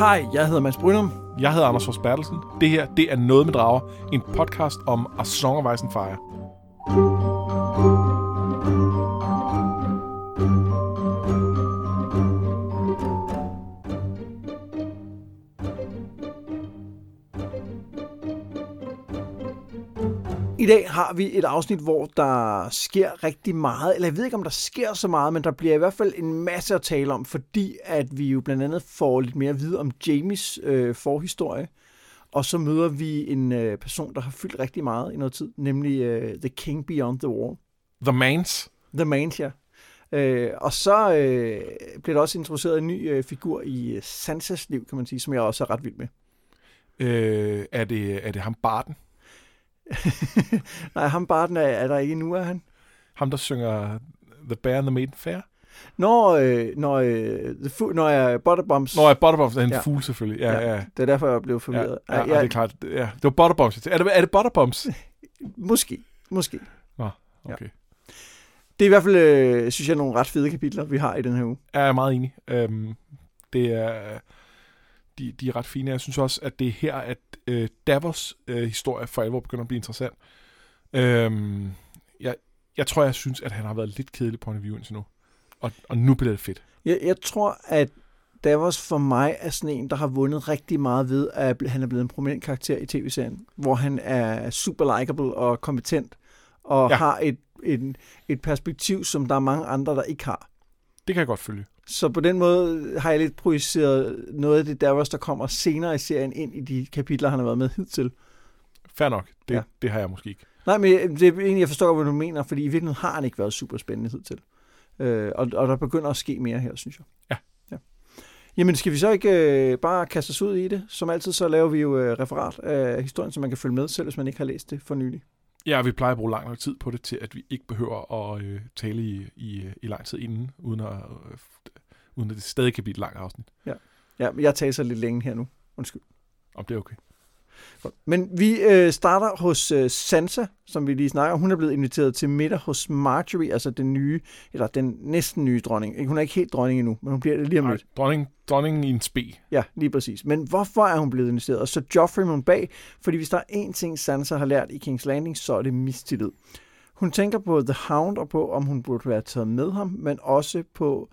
Hej, jeg hedder Mads Brynum. Jeg hedder Anders Fors Bertelsen. Det her, det er Noget med Drager, en podcast om A Song of Ice and Fire. I dag har vi et afsnit, hvor der sker rigtig meget, eller jeg ved ikke, om der sker så meget, men der bliver i hvert fald en masse at tale om, fordi at vi jo blandt andet får lidt mere at vide om Jaimes forhistorie, og så møder vi en person, der har fyldt rigtig meget i noget tid, nemlig The King Beyond the Wall. The Mance, ja. Og så bliver der også introduceret en ny figur i Sansas liv, kan man sige, som jeg også er ret vild med. Er det ham Barden? Nej, ham Barden er der ikke nu, er han? Ham, der synger The Bear and the Maiden Fair? Når Butterbombs... Når Butterbombs er en fugl, selvfølgelig. Ja. Det er derfor, jeg blev forvirret. Ja, det er klart. Ja, det var Butterbombs. Er det Butterbombs? Måske. Nå, okay. Ja. Det er i hvert fald, synes jeg, nogle ret fede kapitler, vi har i den her uge. Jeg er meget enig. Det er... De er ret fine. Jeg synes også, at det er her, at Davos historie for alvor begynder at blive interessant. Jeg tror, jeg synes, at han har været lidt kedelig point of view indtil nu. Og nu bliver det fedt. Jeg tror, at Davos for mig er sådan en, der har vundet rigtig meget ved, at han er blevet en prominent karakter i tv-serien, hvor han er super likable og kompetent, og har et perspektiv, som der er mange andre, der ikke har. Det kan jeg godt følge. Så på den måde har jeg lidt projiceret noget af det Davos, der kommer senere i serien, ind i de kapitler, han har været med hidtil. Fair nok. Det har jeg måske ikke. Nej, men det er egentlig, jeg forstår, hvad du mener, fordi i virkeligheden har han ikke været super spændende hidtil. Og der begynder at ske mere her, synes jeg. Ja. Jamen, skal vi så ikke bare kaste os ud i det? Som altid, så laver vi jo referat af historien, så man kan følge med, selv hvis man ikke har læst det for nylig. Ja, vi plejer at bruge lang nok tid på det, til at vi ikke behøver at tale i lang tid inden, uden at det stadig kan blive et langt afsnit. Ja, jeg taler så lidt længe her nu. Undskyld. Om det er okay. Men vi starter hos Sansa, som vi lige snakker om. Hun er blevet inviteret til middag hos Marjorie, altså den næsten nye dronning. Hun er ikke helt dronning endnu, men hun bliver det lige om lidt. Dronningen i en spe. Ja, lige præcis. Men hvorfor er hun blevet inviteret? Og så Joffrey må bag, fordi hvis der er én ting, Sansa har lært i King's Landing, så er det mistillid. Hun tænker på The Hound og på, om hun burde være taget med ham, men også på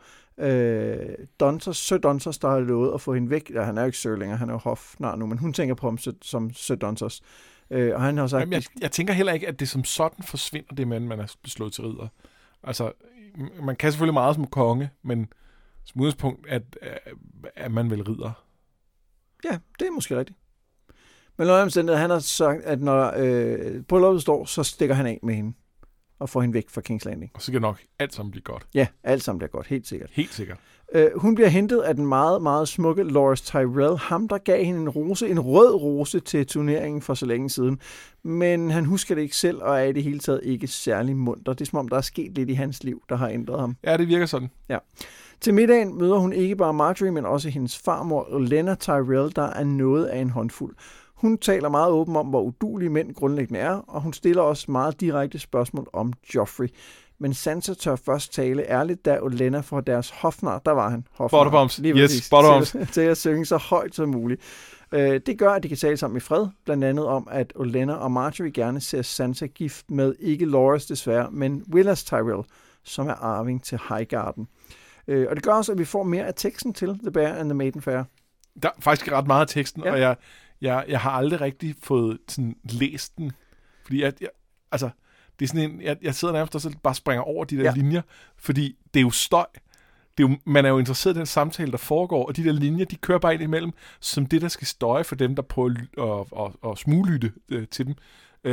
Sir Dontos, der har lovet at få hende væk. Ja, han er jo ikke Sir længere, han er jo hofnar nu, men hun tænker på ham som Sir Dontos. Og han har sagt... Jamen, jeg tænker heller ikke, at det som sådan forsvinder, det med, man er slået til ridder. Altså, man kan selvfølgelig meget som konge, men som udgangspunkt, at man vil ridder. Ja, det er måske rigtigt. Men når han har sagt, at når brylluppet står, så stikker han af med hende og får hende væk fra King's Landing. Og så kan nok alt sammen blive godt. Ja, alt sammen bliver godt, helt sikkert. Helt sikkert. Hun bliver hentet af den meget, meget smukke Loras Tyrell, ham der gav hende en rød rose til turneringen for så længe siden. Men han husker det ikke selv, og er i det hele taget ikke særlig munter. Det er som om, der er sket lidt i hans liv, der har ændret ham. Ja, det virker sådan. Ja. Til middagen møder hun ikke bare Marjorie, men også hendes farmor, Olenna Tyrell, der er noget af en håndfuld. Hun taler meget åbent om, hvor uduelige mænd grundlæggende er, og hun stiller også meget direkte spørgsmål om Joffrey. Men Sansa tør først tale ærligt, da Olenna får deres hofnar, der var han. Butterbombs. Yes, Butterbombs. Til at synge så højt som muligt. Det gør, at de kan tale sammen i fred, blandt andet om, at Olenna og Marjorie gerne ser Sansa gift med ikke Loras desværre, men Willas Tyrell, som er arving til Highgarden. Og det gør også, at vi får mere af teksten til The Bear and the Maiden Fair. Der er faktisk ret meget af teksten, ja. Og jeg har aldrig rigtig fået sådan læst den, fordi altså, det er sådan en, jeg sidder nærmest og så bare springer over de der linjer, fordi det er jo støj. Man er jo interesseret i den samtale, der foregår, og de der linjer, de kører bare ind imellem, som det, der skal støje for dem, der prøver at smuglytte til dem.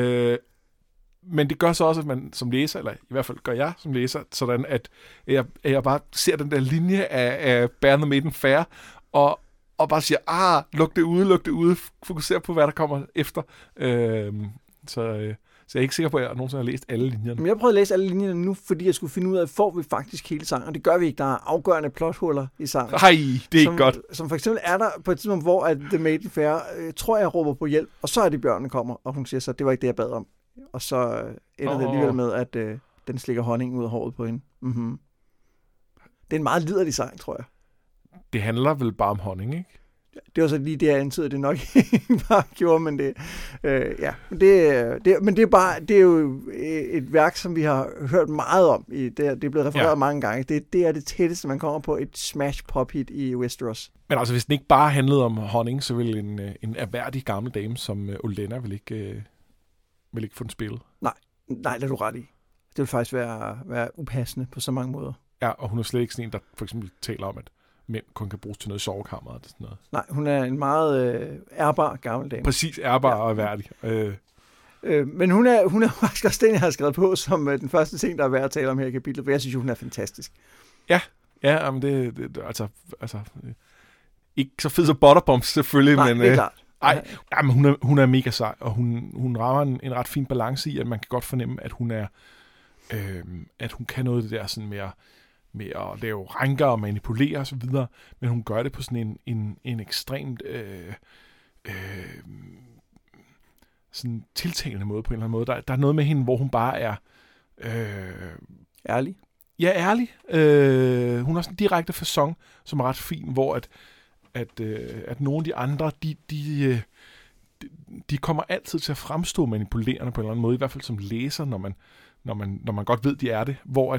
Men det gør så også, at man som læser, eller i hvert fald gør jeg som læser, sådan at jeg bare ser den der linje af Bear and the Maiden Fair, og bare siger, luk det ude, fokuser på, hvad der kommer efter. Så jeg er ikke sikker på, at jeg nogensinde har læst alle linjerne. Men jeg prøvede at læse alle linjerne nu, fordi jeg skulle finde ud af, får vi faktisk hele sangen, og det gør vi ikke. Der er afgørende plothuller i sangen. Nej, det er ikke godt. Som for eksempel er der på et tidspunkt, hvor at The Maiden Fair, tror jeg, råber på hjælp, og så er det bjørnen kommer, og hun siger så, det var ikke det, jeg bad om. Og så ender det alligevel med, at den slikker honning ud af håret på hende. Det er en meget liderlig sang, tror jeg. Det handler vel bare om honning, ikke? Det var så lige det, jeg antydede, det nok ikke bare gjorde, men det, men det er jo et værk, som vi har hørt meget om. Det er blevet refereret mange gange. Det er det tætteste, man kommer på et smash pop hit i Westeros. Men altså, hvis den ikke bare handlede om honning, så ville en erhverdig gammel dame som Olenna vil ikke få den spillet. Nej, det er du ret i. Det vil faktisk være upassende på så mange måder. Ja, og hun er slet ikke sådan en, der for eksempel taler om, at mænd kun kan bruges til noget i sovekammeret og sådan noget. Nej, hun er en meget ærbar gammel dame. Præcis, ærbar og værdig. Men hun er faktisk også den, jeg har skrevet på, som den første ting, der er værd at tale om her i kapitlet, for jeg synes, hun er fantastisk. Ja, men det altså ikke så fed som Butterbumps selvfølgelig, nej, men... det er klart. Ja, men hun er mega sej, og hun rammer en ret fin balance i, at man kan godt fornemme, at hun er... at hun kan noget af det der sådan med at lave ranker og manipulere og så videre, men hun gør det på sådan en ekstremt sådan tiltalende måde på en eller anden måde. Der er noget med hende, hvor hun bare er ærlig. Ja, ærlig. Hun har sådan en direkte facon, som er ret fin, hvor at nogle af de andre, de kommer altid til at fremstå manipulerende på en eller anden måde, i hvert fald som læser, når man godt ved, de er det, hvor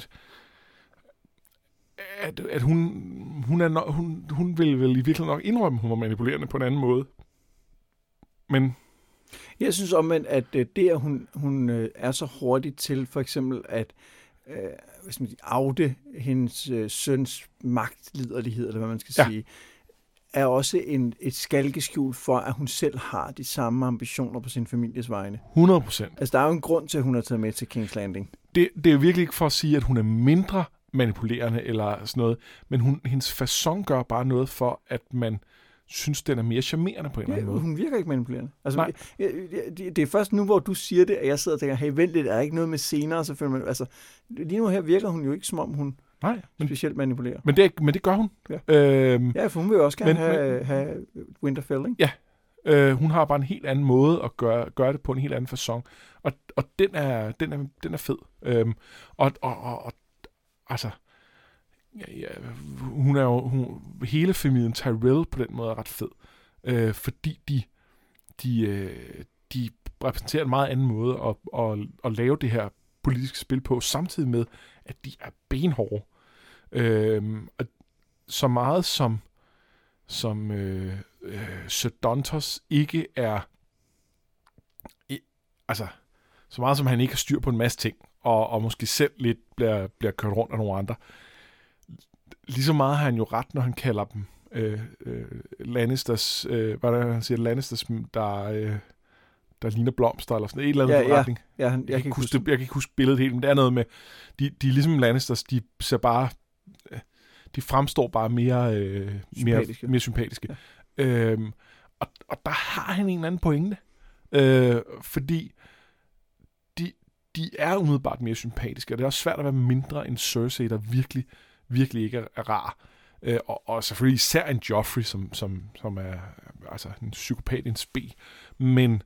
at hun vil vel i virkeligheden nok indrømme, at hun var manipulerende på en anden måde. Men jeg synes omvendt, at det, at hun er så hurtigt til for eksempel at afde hendes søns magtliderlighed, eller hvad man skal sige, er også et skalkeskjul for, at hun selv har de samme ambitioner på sin families vegne. 100%. Altså, der er jo en grund til, at hun er taget med til King's Landing. Det er virkelig ikke for at sige, at hun er mindre manipulerende eller sådan noget, men hendes facon gør bare noget for, at man synes, den er mere charmerende på en eller anden måde. Hun virker ikke manipulerende. Altså, det er først nu, hvor du siger det, at jeg sidder og tænker, hey, vent lidt, er der ikke noget med senere? Selvfølgelig, altså, lige nu her virker hun jo ikke, som om hun specielt manipulerer. Men det gør hun. Ja, for hun vil jo også gerne have Winterfell, ikke? Ja, hun har bare en helt anden måde at gøre det på, en helt anden facon. Og den er fed. Og altså, hun er jo hele familien Tyrell på den måde er ret fed, fordi de repræsenterer en meget anden måde at lave det her politiske spil på, samtidig med, at de er benhårde. Og så meget som Sir Dontos ikke er, altså så meget som han ikke har styr på en masse ting, og måske selv lidt bliver kørt rundt af nogle andre. Lige så meget har han jo ret, når han kalder dem Lannisters, hvordan han siger, Lannisters, der ligner blomster, eller sådan et eller andet forretning. Ja, jeg kan ikke huske billedet helt, men det er noget med, de er ligesom Lannisters, de ser bare, de fremstår bare mere sympatiske. Ja. Og der har han en eller anden pointe, fordi de er umiddelbart mere sympatiske, og det er også svært at være mindre end Cersei, der virkelig ikke er rar. Og selvfølgelig især en Joffrey, som er altså en psykopat, en spe. Men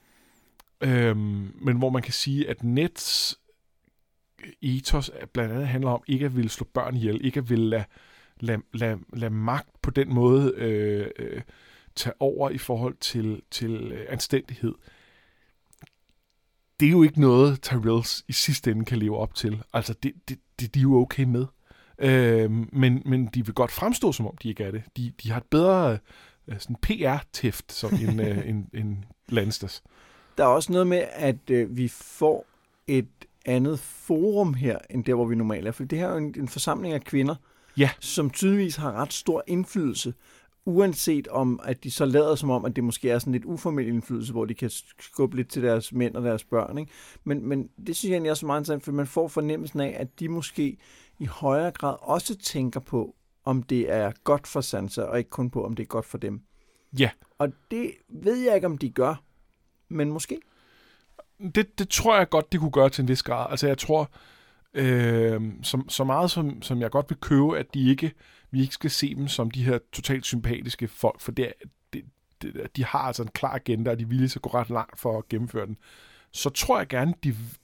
hvor man kan sige, at Neds ethos blandt andet handler om ikke at ville slå børn ihjel, ikke at ville lade magt på den måde tage over i forhold til anstændighed. Det er jo ikke noget, Tyrells i sidste ende kan leve op til. Altså, det de er jo okay med. Men de vil godt fremstå, som om de ikke er det. De har et bedre sådan PR-tæft som en Lannisters. Der er også noget med, at vi får et andet forum her, end der, hvor vi normalt er. For det her er jo en forsamling af kvinder, som tydeligvis har ret stor indflydelse, uanset om, at de så lader som om, at det måske er sådan lidt uformel indflydelse, hvor de kan skubbe lidt til deres mænd og deres børn. Ikke? Men det synes jeg egentlig også er meget interessant, for man får fornemmelsen af, at de måske i højere grad også tænker på, om det er godt for Sansa, og ikke kun på, om det er godt for dem. Ja. Og det ved jeg ikke, om de gør, men måske. Det tror jeg godt, de kunne gøre til en vis grad. Altså jeg tror, så meget som jeg godt vil købe, at vi ikke skal se dem som de her totalt sympatiske folk, for de har altså en klar agenda, og de er villige til at gå ret langt for at gennemføre den. Så tror jeg gerne,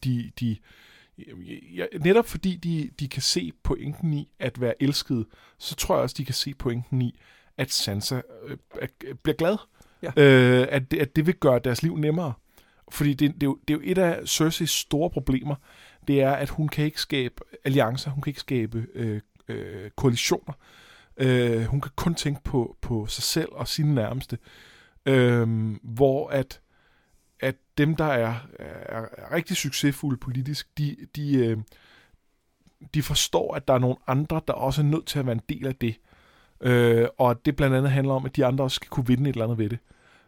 netop fordi de kan se pointen i at være elskede, så tror jeg også, de kan se pointen i, at Sansa bliver glad. Ja. At det vil gøre deres liv nemmere. Fordi det er jo et af Cerseis store problemer. Det er, at hun kan ikke skabe alliancer, hun kan ikke skabe koalitioner. Hun kan kun tænke på sig selv og sine nærmeste. Hvor at dem, der er rigtig succesfulde politisk, de forstår, at der er nogle andre, der også er nødt til at være en del af det. Og det blandt andet handler om, at de andre også skal kunne vinde et eller andet ved det.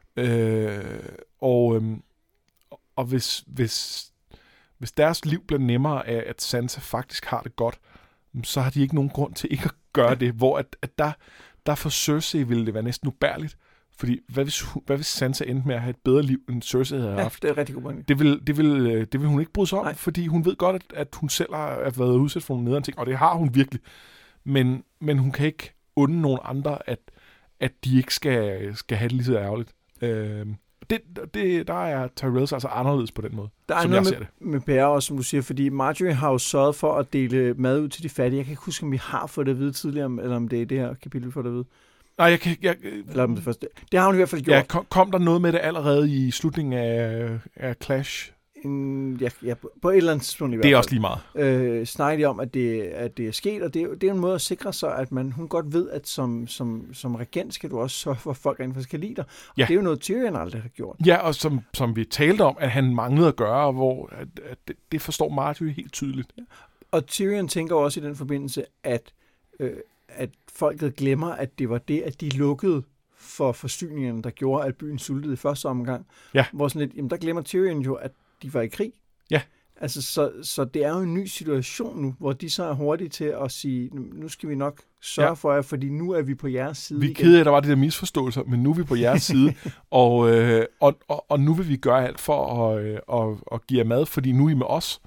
Og hvis deres liv bliver nemmere af, at Sansa faktisk har det godt, så har de ikke nogen grund til ikke at gøre det. Hvor at der for Cersei ville det være næsten ubærligt. Fordi hvad hvis Sansa endte med at have et bedre liv, end Cersei havde haft? Det er rigtig god point. Det vil hun ikke bryde sig om, fordi hun ved godt, at hun selv har været udsat for nogle nederen ting, og det har hun virkelig. Men hun kan ikke unde nogen andre, at de ikke skal have det lige så ærgerligt. Der er Tyrells altså anderledes på den måde, der er som noget jeg ser det. Med PR også, som du siger, fordi Marjorie har jo sørget for at dele mad ud til de fattige. Jeg kan ikke huske, om vi har fået det at vide tidligere, eller om det er det her kapitel, vi får det at vide. Nej, eller om det første. Det har hun i hvert fald gjort. Ja, kom der noget med det allerede i slutningen af Clash? Ja, på et eller andet tidspunkt i hvert fald. Det er også lige meget. Snakker de om, at det er sket, og det er en måde at sikre sig, at hun godt ved, at som regent skal du også sørge for, at folk rent faktisk kan lide dig. Og det er jo noget, Tyrion aldrig har gjort. Ja, og som vi talte om, at han manglede at gøre, hvor det forstår Marjorie helt tydeligt. Ja. Og Tyrion tænker også i den forbindelse, at folket glemmer, at det var det, at de lukkede for forsyningerne, der gjorde, at byen sultede i første omgang. Ja. Hvor sådan lidt, jamen der glemmer Tyrion jo, at de var i krig. Ja. Altså, så det er jo en ny situation nu, hvor de så er hurtige til at sige, nu skal vi nok sørge for jer, fordi nu er vi på jeres side. Vi er kede af, at der var de der misforståelser, men nu er vi på jeres side, og nu vil vi gøre alt for at give jer mad, fordi nu er I med os.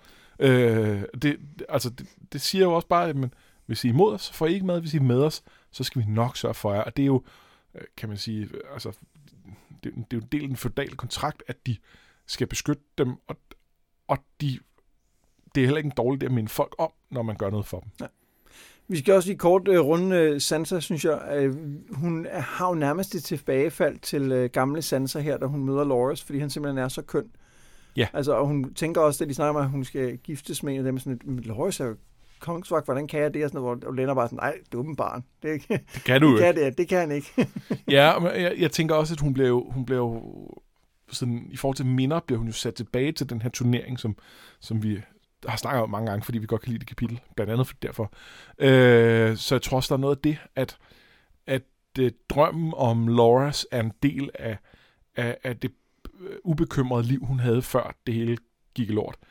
Det siger jo også bare, at hvis I er imod os, så får I ikke mad. Hvis I er med os, så skal vi nok sørge for jer. Og det er jo, kan man sige, altså, det er jo en del af den feudale kontrakt, at de skal beskytte dem, og det er heller ikke en dårlig idé at minde folk om, når man gør noget for dem. Ja. Vi skal også lige kort runde Sansa, synes jeg. Hun har jo nærmest et tilbagefald til gamle Sansa her, da hun møder Loras, fordi han simpelthen er så køn. Ja. Altså, og hun tænker også, at de snakker om, at hun skal giftes med en af dem, sådan et, Loras er jo kongsvagt, hvordan kan jeg det? Og sådan noget, hvor Lena bare sådan, nej, dumme barn. Det kan du ikke. Det kan han ikke. Ja, men jeg tænker også, at hun blev sådan, i forhold til minder, bliver hun jo sat tilbage til den her turnering, som vi har snakket om mange gange, fordi vi godt kan lide det kapitel, blandt andet derfor. Så jeg tror også, der er noget af det, at drømmen om Loras er en del af det ubekymrede liv, hun havde før det hele gik i lort.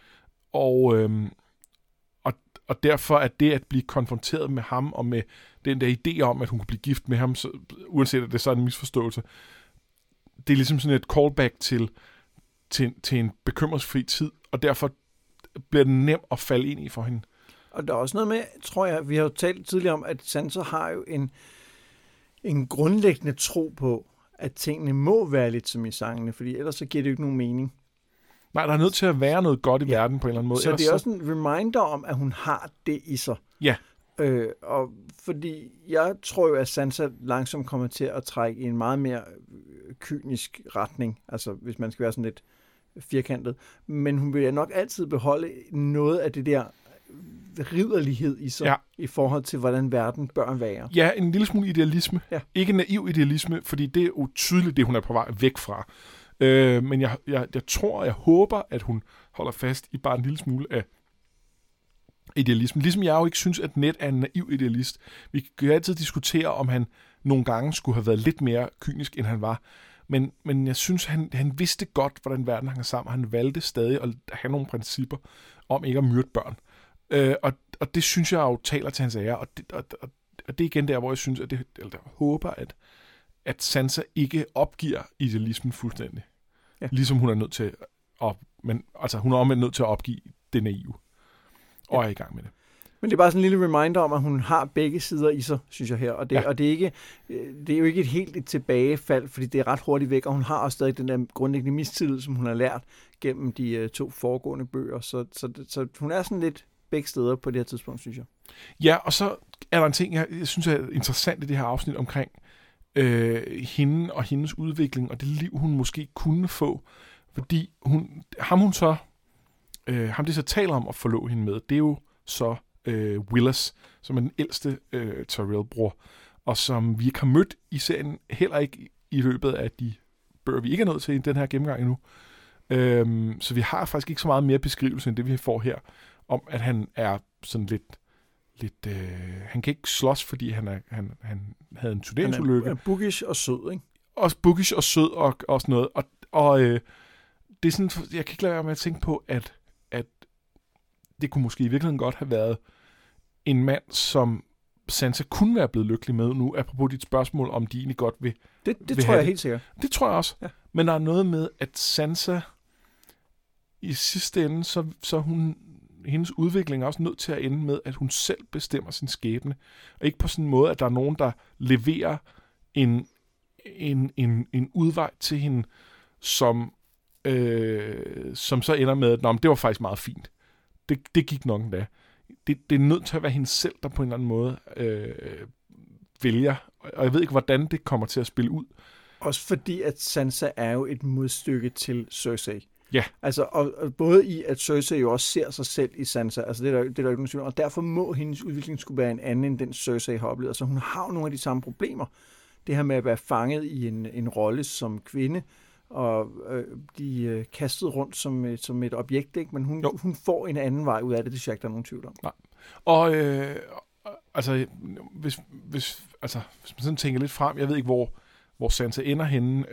Og derfor er det at blive konfronteret med ham, og med den der idé om, at hun kunne blive gift med ham, så, uanset at det så er en misforståelse, det er ligesom sådan et callback til en bekymringsfri tid, og derfor bliver det nemt at falde ind i for hende. Og der er også noget med, tror jeg, vi har jo talt tidligere om, at Sansa har jo en grundlæggende tro på, at tingene må være lidt som i sangene, fordi ellers så giver det jo ikke nogen mening. Nej, der er nødt til at være noget godt i verden på en eller anden måde. Så det er også en reminder om, at hun har det i sig. Ja. Og fordi jeg tror jo, at Sansa langsomt kommer til at trække i en meget mere kynisk retning, altså hvis man skal være sådan lidt firkantet. Men hun vil nok altid beholde noget af det der ridderlighed i sig, i forhold til, hvordan verden bør være. Ja, en lille smule idealisme. Ja. Ikke naiv idealisme, fordi det er jo tydeligt, det hun er på vej væk fra. Men jeg tror, og jeg håber, at hun holder fast i bare en lille smule af idealisme. Ligesom jeg jo ikke synes, at Ned er en naiv idealist. Vi kan altid diskutere, om han nogle gange skulle have været lidt mere kynisk, end han var. Men jeg synes, han vidste godt, hvordan verden hænger sammen. Han valgte stadig at have nogle principper om ikke at myrde børn. Og det synes jeg jo taler til hans ære. Og det er igen der, hvor jeg synes, at jeg håber, at Sansa ikke opgiver idealismen fuldstændig. Ja. Ligesom hun er nødt til men altså hun er omvendt nødt til at opgive det naive. Og er i gang med det. Men det er bare sådan en lille reminder om, at hun har begge sider i sig, synes jeg her. Og det er jo ikke et helt tilbagefald, fordi det er ret hurtigt væk, og hun har også stadig den der grundlæggende mistillid, som hun har lært gennem de 2 foregående bøger. Så hun er sådan lidt begge steder på det her tidspunkt, synes jeg. Ja, og så er der en ting, jeg synes er interessant i det her afsnit omkring hende og hendes udvikling, og det liv, hun måske kunne få. Fordi ham de så taler om at forlove hende med, det er jo så Willis, som er den ældste Tyrell-bror, og som vi ikke har mødt i serien, heller ikke i løbet af de bøger, vi ikke er nået til i den her gennemgang endnu. Så vi har faktisk ikke så meget mere beskrivelse, end det vi får her, om at han er sådan lidt han kan ikke slås, fordi han havde en turneringsulykke. Han er bookish og sød, ikke? Også bookish og sød og sådan noget. Og det er sådan, jeg kan ikke lade være med at tænke på, at det kunne måske i virkeligheden godt have været en mand, som Sansa kunne være blevet lykkelig med nu, apropos dit spørgsmål, om de egentlig godt vil Det tror jeg helt sikkert. Det tror jeg også. Ja. Men der er noget med, at Sansa i sidste ende, så hendes udvikling er også nødt til at ende med, at hun selv bestemmer sin skæbne. Og ikke på sådan en måde, at der er nogen, der leverer en udvej til hende, som så ender med, at det var faktisk meget fint. Det gik nok endda. Det er nødt til at være hende selv, der på en eller anden måde vælger. Og jeg ved ikke, hvordan det kommer til at spille ud. Også fordi, at Sansa er jo et modstykke til Cersei. Ja. Altså, og både i, at Cersei jo også ser sig selv i Sansa, altså det er der ikke nogen tvivl om, og derfor må hendes udvikling skulle være en anden, end den Cersei har oplevet. Altså hun har jo nogle af de samme problemer. Det her med at være fanget i en rolle som kvinde, og blive kastet rundt som et objekt, ikke? Men hun får en anden vej ud af det, det er ikke, der er nogen tvivl om. Nej. Og altså, hvis man sådan tænker lidt frem, jeg ved ikke, hvor Sansa ender henne.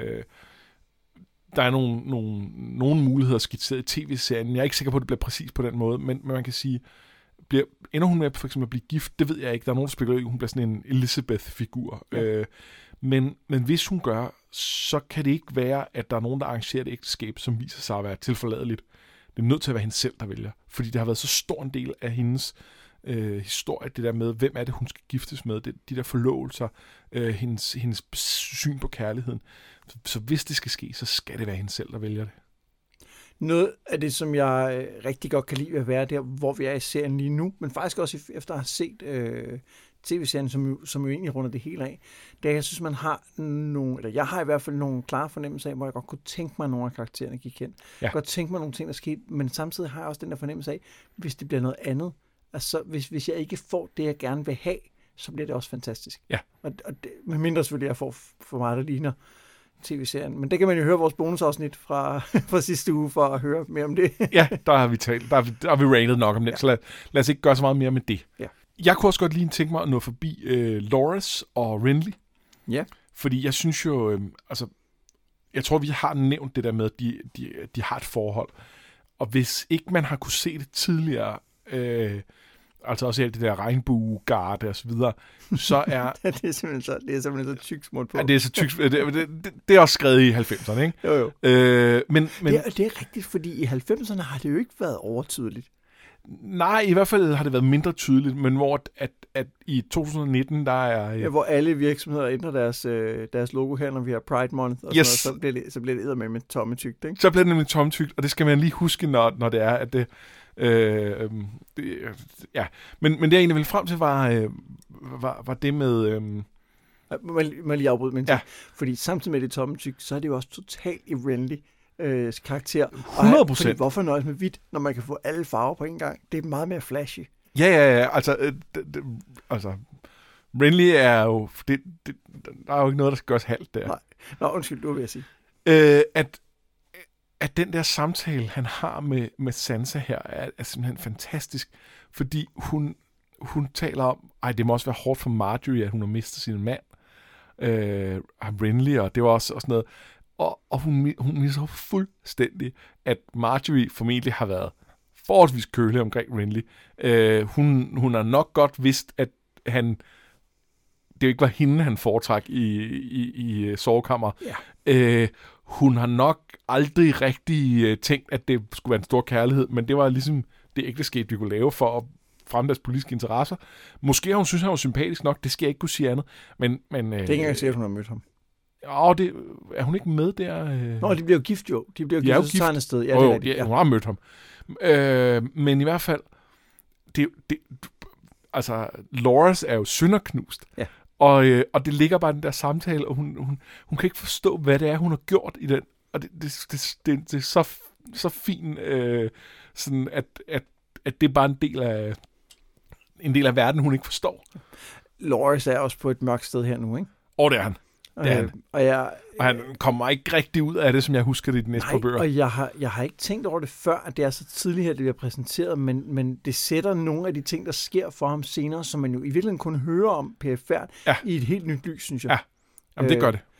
Der er nogle muligheder skitseret i tv-serien. Jeg er ikke sikker på, at det bliver præcis på den måde, men man kan sige, ender hun med for eksempel at blive gift? Det ved jeg ikke. Der er nogen, der spekulerer, hun bliver sådan en Elizabeth-figur. Ja. Men hvis hun gør, så kan det ikke være, at der er nogen, der arrangerer et ægteskab, som viser sig at være tilforladeligt. Det er nødt til at være hende selv, der vælger. Fordi det har været så stor en del af hendes historie, det der med, hvem er det, hun skal giftes med, de der forlovelser, hendes syn på kærligheden. Så hvis det skal ske, så skal det være hende selv, der vælger det. Noget af det, som jeg rigtig godt kan lide at være der, hvor vi er i serien lige nu, men faktisk også efter at have set tv-serien, som jo egentlig runder det hele af, det er, jeg synes, man har jeg har i hvert fald nogle klare fornemmelser af, hvor jeg godt kunne tænke mig, at nogle af karaktererne gik hen. Ja. Jeg kunne godt tænke mig nogle ting, der skete, men samtidig har jeg også den der fornemmelse af, hvis det bliver noget andet, altså hvis jeg ikke får det, jeg gerne vil have, så bliver det også fantastisk. Ja. Og det, med mindre selvfølgelig, jeg får for meget, der ligner tv-serien. Men det kan man jo høre vores bonusafsnit fra sidste uge for at høre mere om det. Ja, der har vi talt. Der har vi rated nok om det, så lad os ikke gøre så meget mere med det. Ja. Jeg kunne også godt lige tænke mig at nå forbi Loras og Renly. Ja. Fordi jeg synes jo, jeg tror, vi har nævnt det der med, at de har et forhold. Og hvis ikke man har kunne se det tidligere, altså også alt det der regnbuegarde og så videre, så er... det er simpelthen så tykt smurt på. Ja, det er så tykt. Det er også skrevet i 90'erne, ikke? Jo. Men det er rigtigt, fordi i 90'erne har det jo ikke været overtydeligt. Nej, i hvert fald har det været mindre tydeligt, men hvor at i 2019, der er... Ja, hvor alle virksomheder ændrer deres logo her, når vi har Pride Month, og yes. sådan noget, så bliver det med tommetykt, ikke? Så bliver det nemlig tommetykt, og det skal man lige huske, når det er, at det... ja, men det jeg egentlig ville frem til, var det med... Må lige afbryde, men fordi samtidig med det tommetyk, så er det jo også totalt i Renly karakter. 100%. Fordi hvorfor nøjes med hvidt, når man kan få alle farver på en gang? Det er meget mere flashy. Ja, altså Renly er jo... der er jo ikke noget, der skal gøres halvt der. Nej. Nå, undskyld, du vil jeg sige. At den der samtale, han har med Sansa her, er simpelthen fantastisk, fordi hun taler om, det må også være hårdt for Marjorie, at hun har mistet sin mand, Renly, og det var også sådan noget, og hun misser fuldstændig, at Marjorie formentlig har været forholdsvis kølig omkring Renly. Hun har nok godt vidst, at det ikke var hende, han foretrak i sovekammer. Ja. Hun har nok aldrig rigtig tænkt, at det skulle være en stor kærlighed, men det var ligesom det ægteskab, de kunne lave for at fremme deres politiske interesser. Måske har hun synes, han var sympatisk nok, det skal jeg ikke kunne sige andet. Men det er ikke engang sikkert, at hun har mødt ham. Ja, er hun ikke med der? Nå, de bliver jo gift jo. De bliver jo gift, så et sted. Ja, hun har mødt ham. Men i hvert fald, altså, Loras er jo synderknust. Ja. Og det ligger bare i den der samtale, og hun kan ikke forstå, hvad det er, hun har gjort i den. Og det er så fint, sådan at det er bare en del af verden, hun ikke forstår. Loris er også på et mørkt sted her nu, ikke? Og det er han. Og han kommer ikke rigtig ud af det, som jeg husker det i de næste par bøger. Og jeg har ikke tænkt over det før, at det er så tidligt her, det bliver præsenteret, men det sætter nogle af de ting, der sker for ham senere, som man jo i virkeligheden kun hører om perifært i et helt nyt lys, synes jeg. Ja, jamen, det gør det.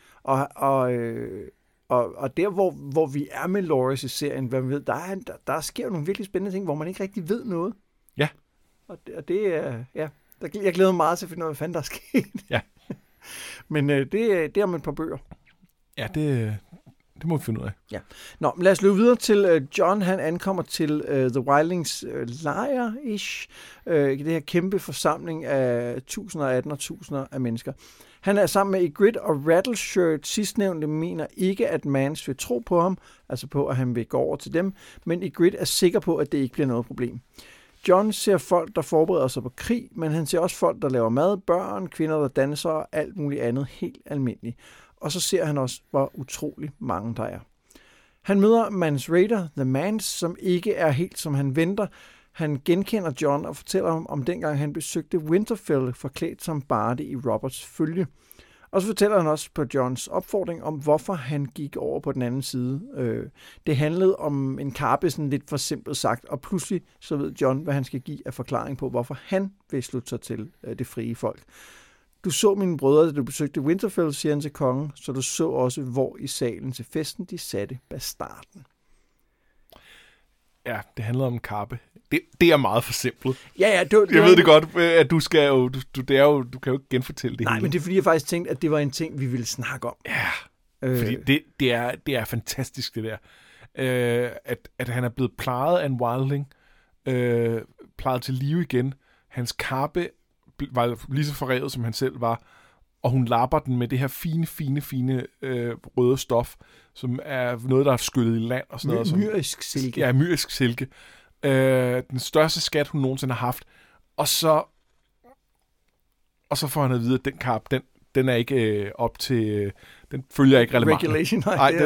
Og der, hvor vi er med Loris i serien, hvad man ved, der sker jo nogle virkelig spændende ting, hvor man ikke rigtig ved noget. Ja. Og det er, jeg glæder mig meget til at finde ud af, hvad fanden der er sket. Ja. Men det er om et par bøger. Ja, det må vi finde ud af. Ja. Nå, men lad os løbe videre til Jon. Han ankommer til The Wildlings lejr-ish. Det her kæmpe forsamling af tusinder og 18.000 af mennesker. Han er sammen med Ygritte og Rattleshirt. Sidstnævnte mener ikke, at Mance vil tro på ham, altså på, at han vil gå over til dem, men Ygritte er sikker på, at det ikke bliver noget problem. Jon ser folk, der forbereder sig på krig, men han ser også folk, der laver mad, børn, kvinder, der danser og alt muligt andet helt almindeligt. Og så ser han også, hvor utrolig mange der er. Han møder Mance Rayder, The Mance, som ikke er helt som han venter. Han genkender Jon og fortæller om dengang han besøgte Winterfell forklædt som barde i Roberts følge. Og så fortæller han også på Jons opfordring om, hvorfor han gik over på den anden side. Det handlede om en kappe, sådan lidt for simpelt sagt, og pludselig så ved Jon, hvad han skal give af forklaring på, hvorfor han vil slutte sig til det frie folk. Du så mine brødre, da du besøgte Winterfell, siger han til kongen, så du så også, hvor i salen til festen de satte bastarden. Ja, det handler om en kappe. Det er meget for simpelt. Ja, jeg ved det godt, at du kan jo ikke genfortælle det. Nej, hele. Men det er fordi, jeg faktisk tænkte, at det var en ting, vi ville snakke om. Ja, fordi det er fantastisk, det der. At han er blevet plejet af en wildling, plejet til live igen. Hans kappe var lige så forrevet, som han selv var, og hun lapper den med det her fine røde stof, som er noget, der er skyllet i land og sådan noget. Myrisk silke. Ja, myrisk silke. Den største skat, hun nogensinde har haft. Og så får han at vide, at den kap, den er ikke op til... den følger ikke relevant. Regulation,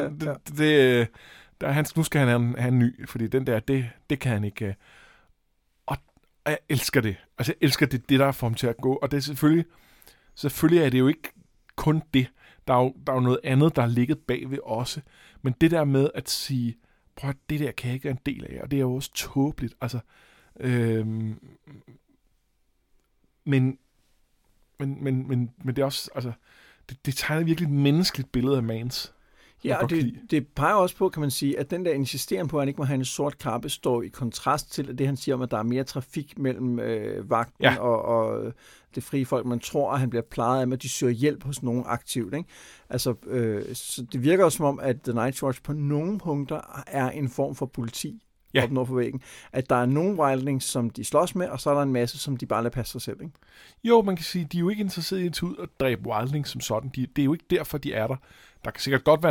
nu skal han have en ny, fordi den der, det kan han ikke... Og jeg elsker det. Altså, jeg elsker det, der får ham til at gå. Og det er selvfølgelig er det jo ikke kun det. Der er jo noget andet, der er ligget bagved også. Men det der med at sige, prøv at det der kan jeg ikke være en del af, og det er jo også tåbeligt. Altså, men det er også, altså, det tegner virkelig et menneskeligt billede af Mance. Ja, og det peger også på, kan man sige, at den der insisteren på, at han ikke må have en sort kappe, står i kontrast til at det, han siger om, at der er mere trafik mellem vagten og det frie folk. Man tror, at han bliver plejet af, at de søger hjælp hos nogen aktivt. Ikke? Altså, så det virker også som om, at The Night's Watch på nogle punkter er en form for politi op nord for væggen. At der er nogle wildlings, som de slås med, og så er der en masse, som de bare lader passe sig selv. Ikke? Jo, man kan sige, de er jo ikke interesseret i at tage ud og dræbe wildlings som sådan. Det er jo ikke derfor, de er der. Der kan sikkert godt være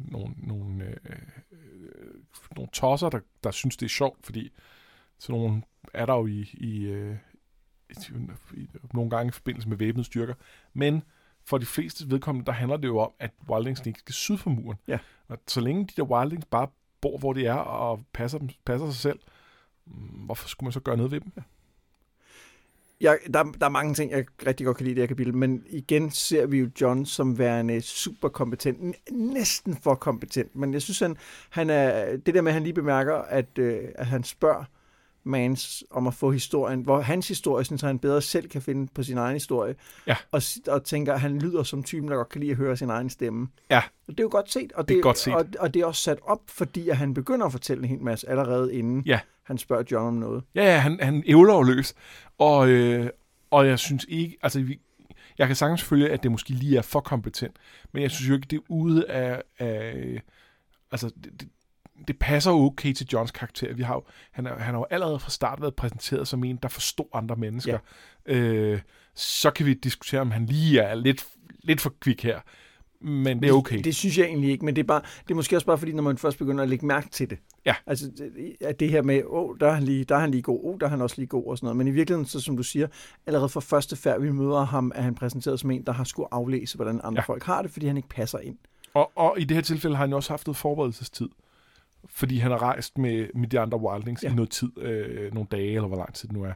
nogle tosser, der synes, det er sjovt, fordi sådan nogle er der jo i nogle gange i forbindelse med væbnede styrker. Men for de fleste vedkommende, der handler det jo om, at wildlings ikke skal syd for muren. Ja. Og så længe de der wildlings bare bor, hvor de er, og passer sig selv, hvorfor skulle man så gøre noget ved dem? Ja. Der er mange ting, jeg rigtig godt kan lide i det her kapitel, men igen ser vi jo Jon som værende super kompetent, næsten for kompetent, men jeg synes, han er, det der med, at han lige bemærker, at han spørger Mance om at få historien, hvor hans historie, synes han bedre selv kan finde på sin egen historie, og tænker, at han lyder som typen, der godt kan lide at høre sin egen stemme. Ja. Og det er jo godt set, og det er også sat op, fordi at han begynder at fortælle en hel masse allerede inden han spørger Jon om noget. Ja, han ævler jo løs, og jeg synes ikke, altså jeg kan sagtens følge, at det måske lige er for kompetent, men jeg synes jo ikke, det er ude af altså det passer jo okay til Jons karakter. Han har jo allerede fra start været præsenteret som en, der forstår andre mennesker. Ja. Så kan vi diskutere, om han lige er lidt for kvik her. Men det er okay. Det synes jeg egentlig ikke, men det er måske også bare fordi, når man først begynder at lægge mærke til det. Ja. Altså, at det her med, der er han lige god, der er han også lige god og sådan noget. Men i virkeligheden, så som du siger, allerede fra første færd, vi møder ham, er han præsenteret som en, der har skulle aflæse, hvordan andre folk har det, fordi han ikke passer ind. Og i det her tilfælde har han jo også haft noget forberedelsestid. Fordi han har rejst med de andre wildlings i noget tid, nogle dage, eller hvor lang tid det nu er.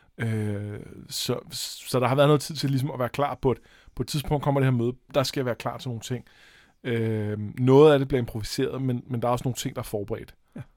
Så der har været noget tid til ligesom at være klar på et tidspunkt kommer det her møde, der skal jeg være klar til nogle ting. Noget af det bliver improviseret, men der er også nogle ting, der er forberedt.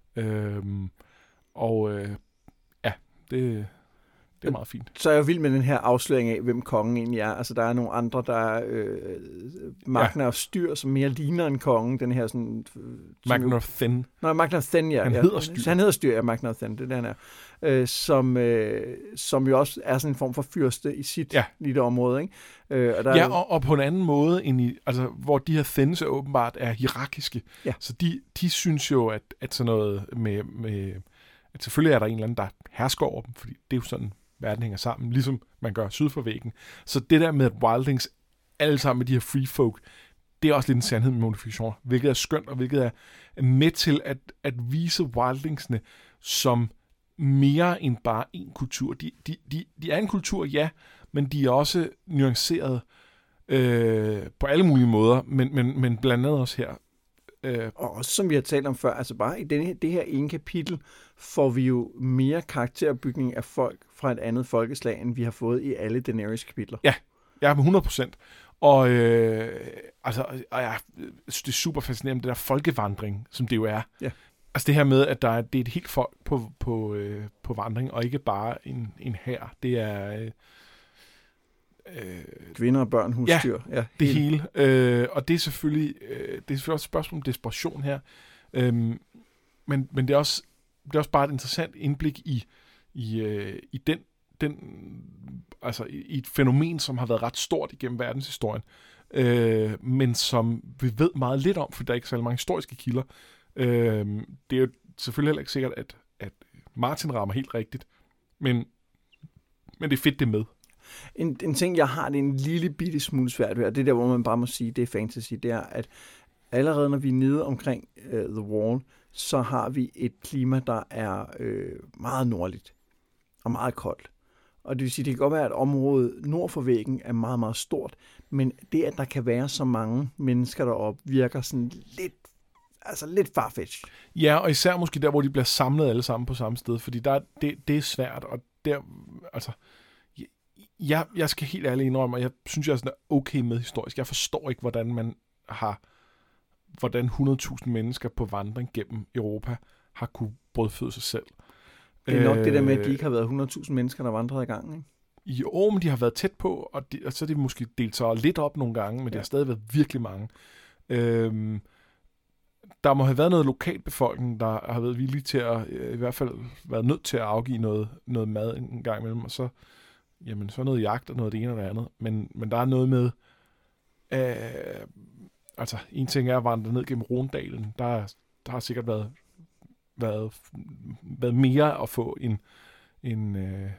Ja. Det er meget fint. Så er jeg vild med den her afsløring af, hvem kongen egentlig er. Altså, der er nogle andre, der er Magnar Styr, som mere ligner en konge. Den her sådan... Magnar Thenn. Nej, Magnar Thenn, ja. Han hedder Styr. Han hedder Styr, ja, Magnar Thenn, det er den her. Som jo også er sådan en form for fyrste i sit lille område, ikke? Og på en anden måde, end altså, hvor de her Thenns åbenbart er hierarkiske. Ja. Så de synes jo, at sådan noget med at selvfølgelig er der en eller anden, der hersker over dem, fordi det er jo sådan, verden hænger sammen, ligesom man gør syd for væggen. Så det der med, at wildlings alle sammen med de her free folk, det er også lidt en sandhed med modifikationer, hvilket er skønt, og hvilket er med til at vise wildlingsene som mere end bare en kultur. De er en kultur, ja, men de er også nuanceret på alle mulige måder, men blandt andet også her. Og også som vi har talt om før, altså bare i det her ene kapitel, får vi jo mere karakterbygning af folk fra et andet folkeslag, end vi har fået i alle Daenerys kapitler. Ja, 100%. Og jeg synes, det er super fascinerende, det der folkevandring, som det jo er. Ja. Altså det her med, at det er et helt folk på vandring, og ikke bare en hær. Det er... kvinder og børn, husdyr. Ja, det hele. Og det er selvfølgelig også et spørgsmål om desperation her. Men det er også bare et interessant indblik i den altså i et fænomen, som har været ret stort igennem verdenshistorien, men som vi ved meget lidt om, fordi der er ikke så mange historiske kilder. Det er jo selvfølgelig heller ikke sikkert, at Martin rammer helt rigtigt, men det er fedt, det med. En ting, jeg har det en lille bitte smule svært ved, og det er der, hvor man bare må sige, det er fantasy, det er, at allerede når vi er nede omkring The Wall, så har vi et klima, der er meget nordligt og meget koldt. Og det vil sige, det kan godt være, at området nord for væggen er meget, meget stort, men det, at der kan være så mange mennesker deroppe, virker sådan lidt farfetched. Ja, og især måske der, hvor de bliver samlet alle sammen på samme sted, fordi det er svært, og der, altså... Jeg skal helt ærligt indrømme, og jeg synes, jeg er sådan okay med historisk. Jeg forstår ikke, hvordan 100.000 mennesker på vandring gennem Europa har kunne brødføde sig selv. Det er nok det der med, at de ikke har været 100.000 mennesker, der vandrede i gang, ikke? Jo, men de har været tæt på, og så er de måske delt sig lidt op nogle gange, men det har stadig været virkelig mange. Der må have været noget lokalbefolkning, der har været villige til at, i hvert fald været nødt til at afgive noget mad en gang imellem, og så noget jagt og noget det ene og det andet. Men der er noget med, altså en ting er at vandre ned gennem Rhondalen. Der har sikkert været mere at få en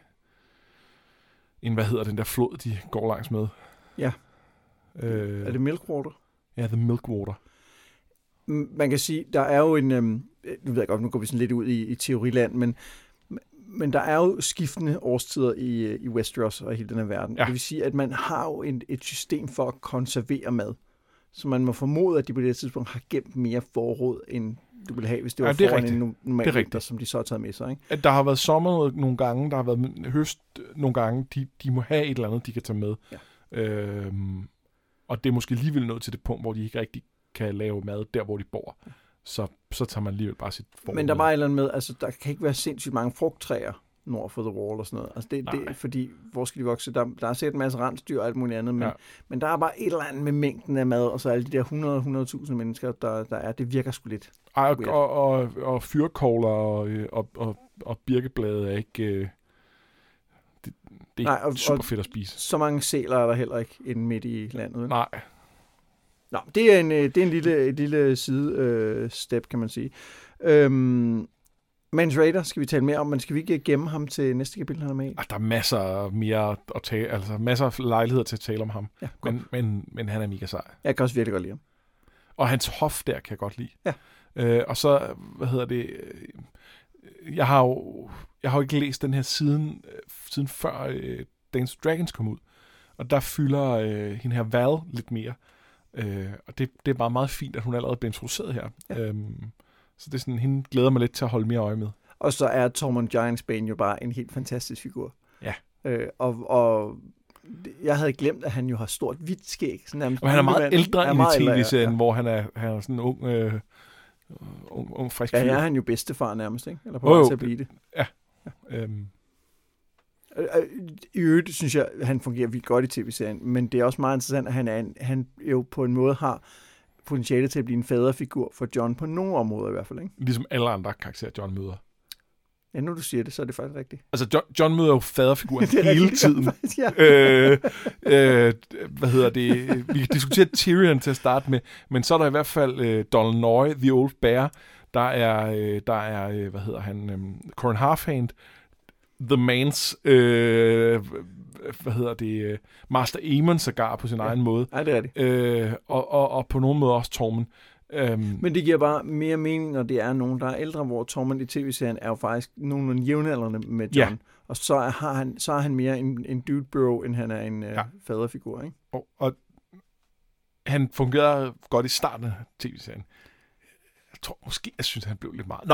hvad hedder den der flod, de går langs med. Ja. Er det Milkwater? Ja, The Milkwater. Man kan sige, der er jo en, nu ved jeg godt, nu går vi sådan lidt ud i teoriland, men der er jo skiftende årstider i Westeros og i hele den her verden. Ja. Det vil sige, at man har jo et system for at konservere mad. Så man må formode, at de på det tidspunkt har gemt mere forråd, end du ville have, hvis det var foran en normal vinter, som de så har taget med sig. Ikke? At der har været sommer nogle gange, der har været høst nogle gange, de må have et eller andet, de kan tage med. Ja. Og det er måske alligevel nået til det punkt, hvor de ikke rigtig kan lave mad der, hvor de bor. Så tager man alligevel bare sit forråd. Men der var et eller andet med, altså der kan ikke være sindssygt mange frugttræer nord for The Wall og sådan noget. Altså det fordi, hvor skal de vokse? Der er sikkert en masse rensdyr og alt muligt andet, men der er bare et eller andet med mængden af mad, og så alle de der 100.000 mennesker, der er, det virker sgu lidt. Og fyrkogler og birkeblade er ikke... Det er ikke super fedt at spise. Så mange sæler er der heller ikke inde midt i landet. Vel? Nej. Nå, det er en lille sidestep, kan man sige. Mans Raider skal vi tale mere om, men skal vi ikke gemme ham til næste kapitel, han er med i? Der er masser mere at tale, altså masser af lejligheder til at tale om ham. Ja, men han er mega sej. Jeg kan også virkelig godt lide ham. Og hans hof der kan jeg godt lide. Ja. Og så, jeg har jo ikke læst den her siden før Dance Dragons kom ud. Og der fylder hende her Val lidt mere. Og det er bare meget fint, at hun allerede bliver introduceret her. Ja. Så det er sådan, hende glæder mig lidt til at holde mere øje med. Og så er Tormund Giantsbane jo bare en helt fantastisk figur. Ja. Og jeg havde glemt, at han jo har stort hvidt skæg. Sådan og han er meget ældre end i tv-serien, hvor han er sådan en ung frisk fyr. Ja, han jo bedstefar nærmest, ikke? Eller på vej til at blive det. Ja. I øvrigt synes jeg, at han fungerer vildt godt i tv-serien, men det er også meget interessant, at han jo på en måde har potentiale til at blive en faderfigur for Jon på nogle områder i hvert fald, ikke? Ligesom alle andre karakterer, Jon møder. Ja, nu du siger det, så er det faktisk rigtigt. Altså, Jon møder jo faderfiguren hele tiden. Ja. Vi kan diskutere Tyrion til at starte med, men så er der i hvert fald Donald Noy, The Old Bear, der er Corin Halfhand, The Mans, Master Aemon sågar på sin egen måde. Ja, det er det. Og på nogle måder også Tormund. Men det giver bare mere mening, når det er nogen, der er ældre, hvor Tormund i tv-serien er jo faktisk nogenlunde jævnaldrende med Jon. Ja. Og så er han mere en dude bro, end han er en faderfigur, ikke? Og han fungerede godt i starten af tv-serien. Jeg tror måske, jeg synes, han blev lidt meget.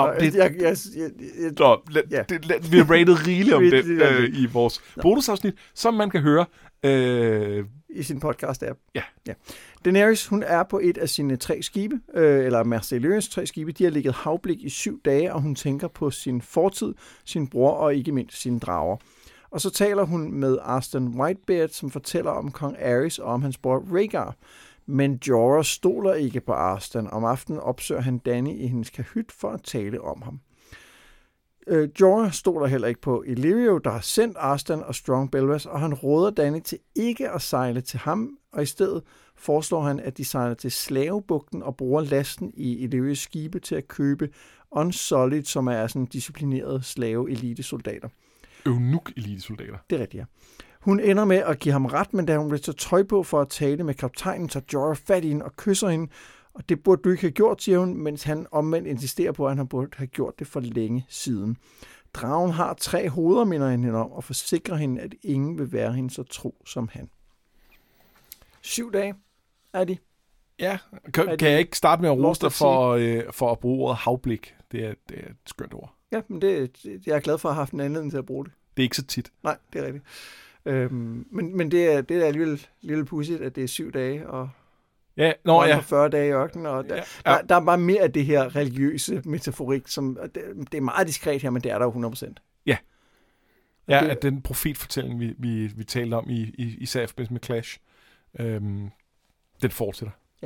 Vi har rated rigeligt om det i vores bonusafsnit, som man kan høre i sin podcast-app. Ja. Daenerys, hun er på et af sine 3 skibe, eller Marcellus 3 skibe. De har ligget havblik i 7 dage, og hun tænker på sin fortid, sin bror og ikke mindst sine drager. Og så taler hun med Arstan Whitebeard, som fortæller om kong Aerys og om hans bror Rhaegar. Men Jorah stoler ikke på Arstan. Om aftenen opsøger han Dany i hendes kahyt for at tale om ham. Jorah stoler heller ikke på Illyrio, der har sendt Arstan og Strong Belwas, og han råder Dany til ikke at sejle til ham, og i stedet foreslår han, at de sejler til Slavebugten og bruger lasten i Illyrios skibe til at købe Unsullied, som er sådan disciplinerede slave-elitesoldater. Eunuch-elitesoldater. Det er rigtigt, ja. Hun ender med at give ham ret, men da hun bliver så tøj på for at tale med kaptajnen, tager Jorah fat i hende og kysser hende. Og det burde du ikke have gjort, siger hun, mens han omvendt insisterer på, at han burde have gjort det for længe siden. Dragen har 3 hoveder, minder han hende om, og forsikrer hende, at ingen vil være hende så tro som han. 7 dage er de. Ja, kan jeg ikke starte med at rose dig for at bruge ordet havblik? Det er et skønt ord. Ja, men jeg er glad for at have haft en anledning til at bruge det. Det er ikke så tit. Nej, det er rigtigt. Men det er alligevel lidt pudsigt, at det er 7 dage, og på 40 dage i ørkenen, og der er bare mere af det her religiøse metaforik, som det er meget diskret her, men det er der jo 100%. Ja. Ja, at den profetfortælling, vi talte om i forbindelse med Clash, den fortsætter. Ja.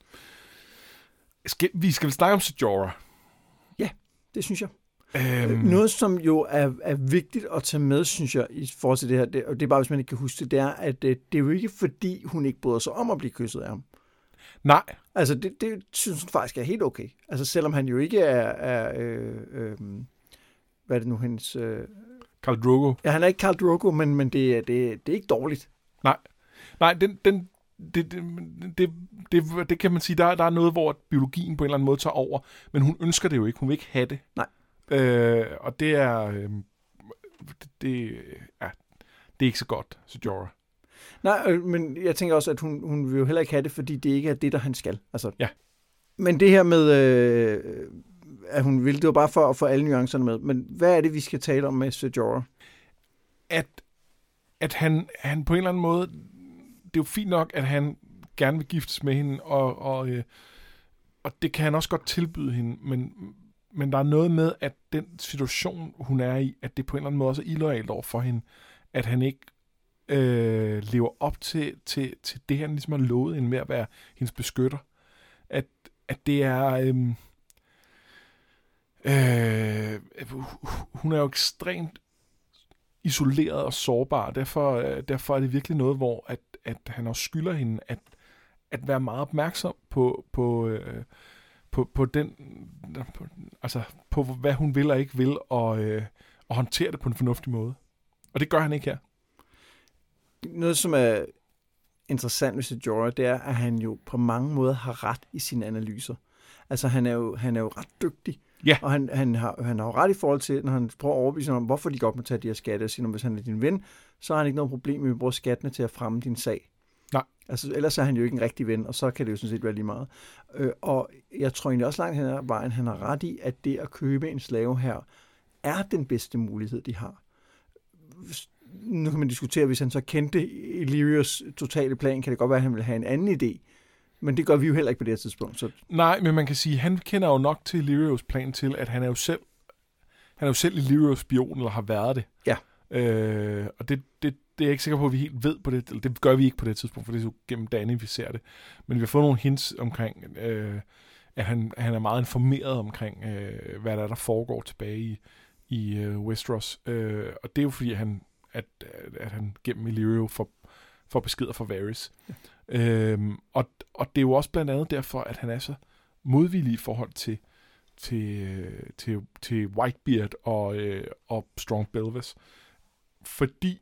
Skal vi snakke om Jorah? Ja, det synes jeg. Noget, som jo er vigtigt at tage med, synes jeg, i forhold til det her, og det er bare, hvis man ikke kan huske det, det er, at det er jo ikke fordi, hun ikke bryder sig om at blive kysset af ham. Nej. Altså, det synes hun faktisk er helt okay. Altså, selvom han jo ikke er hvad er det nu, hendes... Khal Drogo. Ja, han er ikke Khal Drogo, men det er ikke dårligt. Nej, det kan man sige, der er noget, hvor biologien på en eller anden måde tager over, men hun ønsker det jo ikke. Hun vil ikke have det. Nej. Og det er... det er ikke så godt, så Jorah. Nej, men jeg tænker også, at hun vil jo heller ikke have det, fordi det ikke er det, der han skal. Altså, ja. Men det her med, at hun vil, det var bare for at få alle nuancerne med. Men hvad er det, vi skal tale om med Ser Jorah? At han på en eller anden måde... Det er jo fint nok, at han gerne vil giftes med hende, og det kan han også godt tilbyde hende, men der er noget med, at den situation, hun er i, at det på en eller anden måde også er illoyalt over for hende, at han ikke lever op til det, han ligesom har lovet hende med at være hendes beskytter. At det er... hun er jo ekstremt isoleret og sårbar, derfor er det virkelig noget, hvor at han også skylder hende at være meget opmærksom på på hvad hun vil og ikke vil, og håndtere det på en fornuftig måde. Og det gør han ikke her. Noget, som er interessant ved Jorah, det er, at han jo på mange måder har ret i sine analyser. Altså, han er jo ret dygtig. Ja. Og han har jo ret i forhold til, når han prøver at overbevise ham om, hvorfor de godt må tage de her skatte, og sige, hvis han er din ven, så har han ikke noget problem med at bruge skattene til at fremme din sag. Nej. Altså, ellers er han jo ikke en rigtig ven, og så kan det jo sådan set være lige meget. Og jeg tror egentlig også langt hen ad vejen, han har ret i, at det at købe en slave her, er den bedste mulighed, de har. Nu kan man diskutere, hvis han så kendte Illyrios totale plan, kan det godt være, at han ville have en anden idé. Men det gør vi jo heller ikke på det her tidspunkt. Så. Nej, men man kan sige, at han kender jo nok til Illyrios plan til, at han er jo selv Illyrios spion, eller har været det. Ja. Og det er jeg ikke sikker på, at vi helt ved på det. Eller det gør vi ikke på det tidspunkt, for det er jo gennem Dany, vi ser det. Men vi har fået nogle hints omkring, at han er meget informeret omkring, hvad der foregår tilbage i Westeros. Og det er jo fordi, at han gennem Illyrio får beskeder fra Varys. Ja. Og det er jo også blandt andet derfor, at han er så modvillig i forhold til Whitebeard og Strong Belvis. Fordi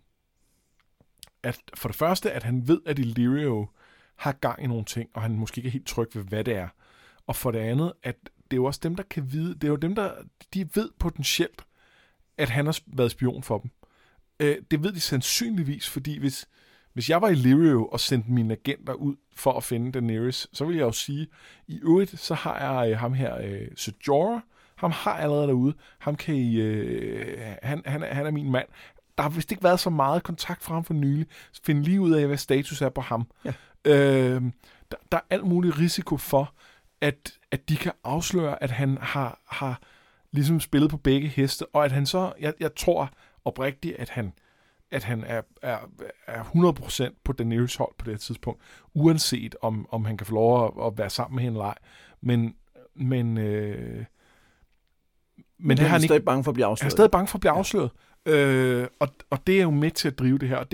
at for det første, at han ved, at Illyrio har gang i nogle ting, og han måske ikke er helt tryg ved, hvad det er. Og for det andet, at det er jo også dem, der kan vide, det er jo dem, de ved potentielt, at han har været spion for dem. Det ved de sandsynligvis, fordi hvis jeg var Illyrio og sendte mine agenter ud for at finde Daenerys, så vil jeg jo sige, i øvrigt, så har jeg ham her, Ser Jorah, ham har jeg allerede derude, ham kan I, han er min mand. Der har vist ikke været så meget kontakt fra ham for nylig, så find lige ud af, hvad status er på ham. Ja. Der er alt mulig risiko for, at de kan afsløre, at han har ligesom spillet på begge heste, og at han så, jeg tror oprigtigt, at han er 100% på Daenerys hold på det her tidspunkt, uanset om han kan få lov at være sammen med hende eller ej. Men han er stadig bange for at blive afsløret. Han er stadig bange for at blive afsløret. Og det er jo med til at drive det her. Og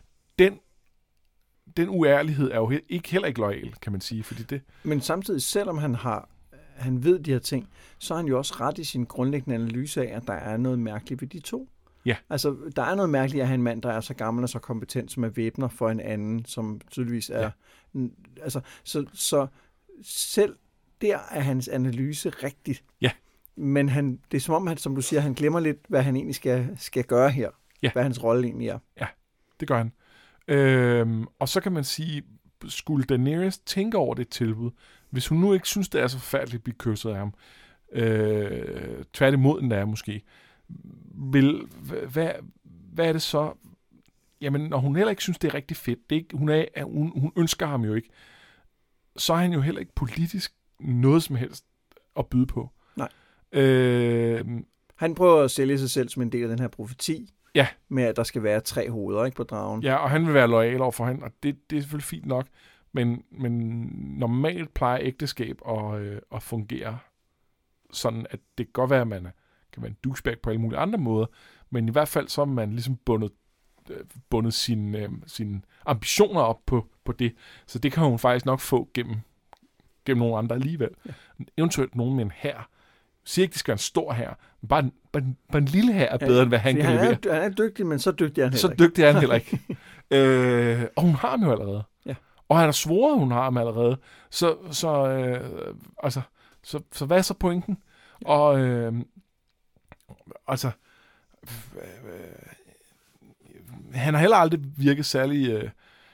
den uærlighed er jo heller ikke loyal, kan man sige. Fordi det. Men samtidig, selvom han ved de her ting, så er han jo også ret i sin grundlæggende analyse af, at der er noget mærkeligt ved de to. Ja. Altså, der er noget mærkeligt at have en mand, der er så gammel og så kompetent, som er væbner for en anden, som tydeligvis er. Ja. Altså, så selv der er hans analyse rigtigt. Ja. Men det er som om, som du siger, han glemmer lidt, hvad han egentlig skal gøre her. Ja. Hvad hans rolle egentlig er. Ja, det gør han. Og så kan man sige, skulle Daenerys tænke over det tilbud, hvis hun nu ikke synes, det er så forfærdeligt at blive kysset af ham, tværtimod den der måske, hvad er det så? Jamen, når hun heller ikke synes, det er rigtig fedt, det er ikke, hun ønsker ham jo ikke, så er han jo heller ikke politisk noget som helst at byde på. Nej. Han prøver at sælge sig selv som en del af den her profeti, ja, med at der skal være 3 hoveder, ikke, på dragen. Ja, og han vil være loyal over for hende, og det er selvfølgelig fint nok, men normalt plejer ægteskab at fungere sådan, at det kan godt være, at man kan være en douchebag på alle mulige andre måder, men i hvert fald så er man ligesom bundet sine ambitioner op på det, så det kan hun faktisk nok få gennem nogle andre alligevel. Ja. Eventuelt nogen med en hær. Jeg siger ikke, det skal være en stor hær, men bare en lille hær er bedre, end hvad han kan levere. Han er dygtig, men så dygtig er han heller ikke. Så dygtig er han heller ikke. Og hun har ham jo allerede. Ja. Og han har svoret, hun har ham allerede. Så hvad er så pointen? Ja. Og han har heller aldrig virket særlig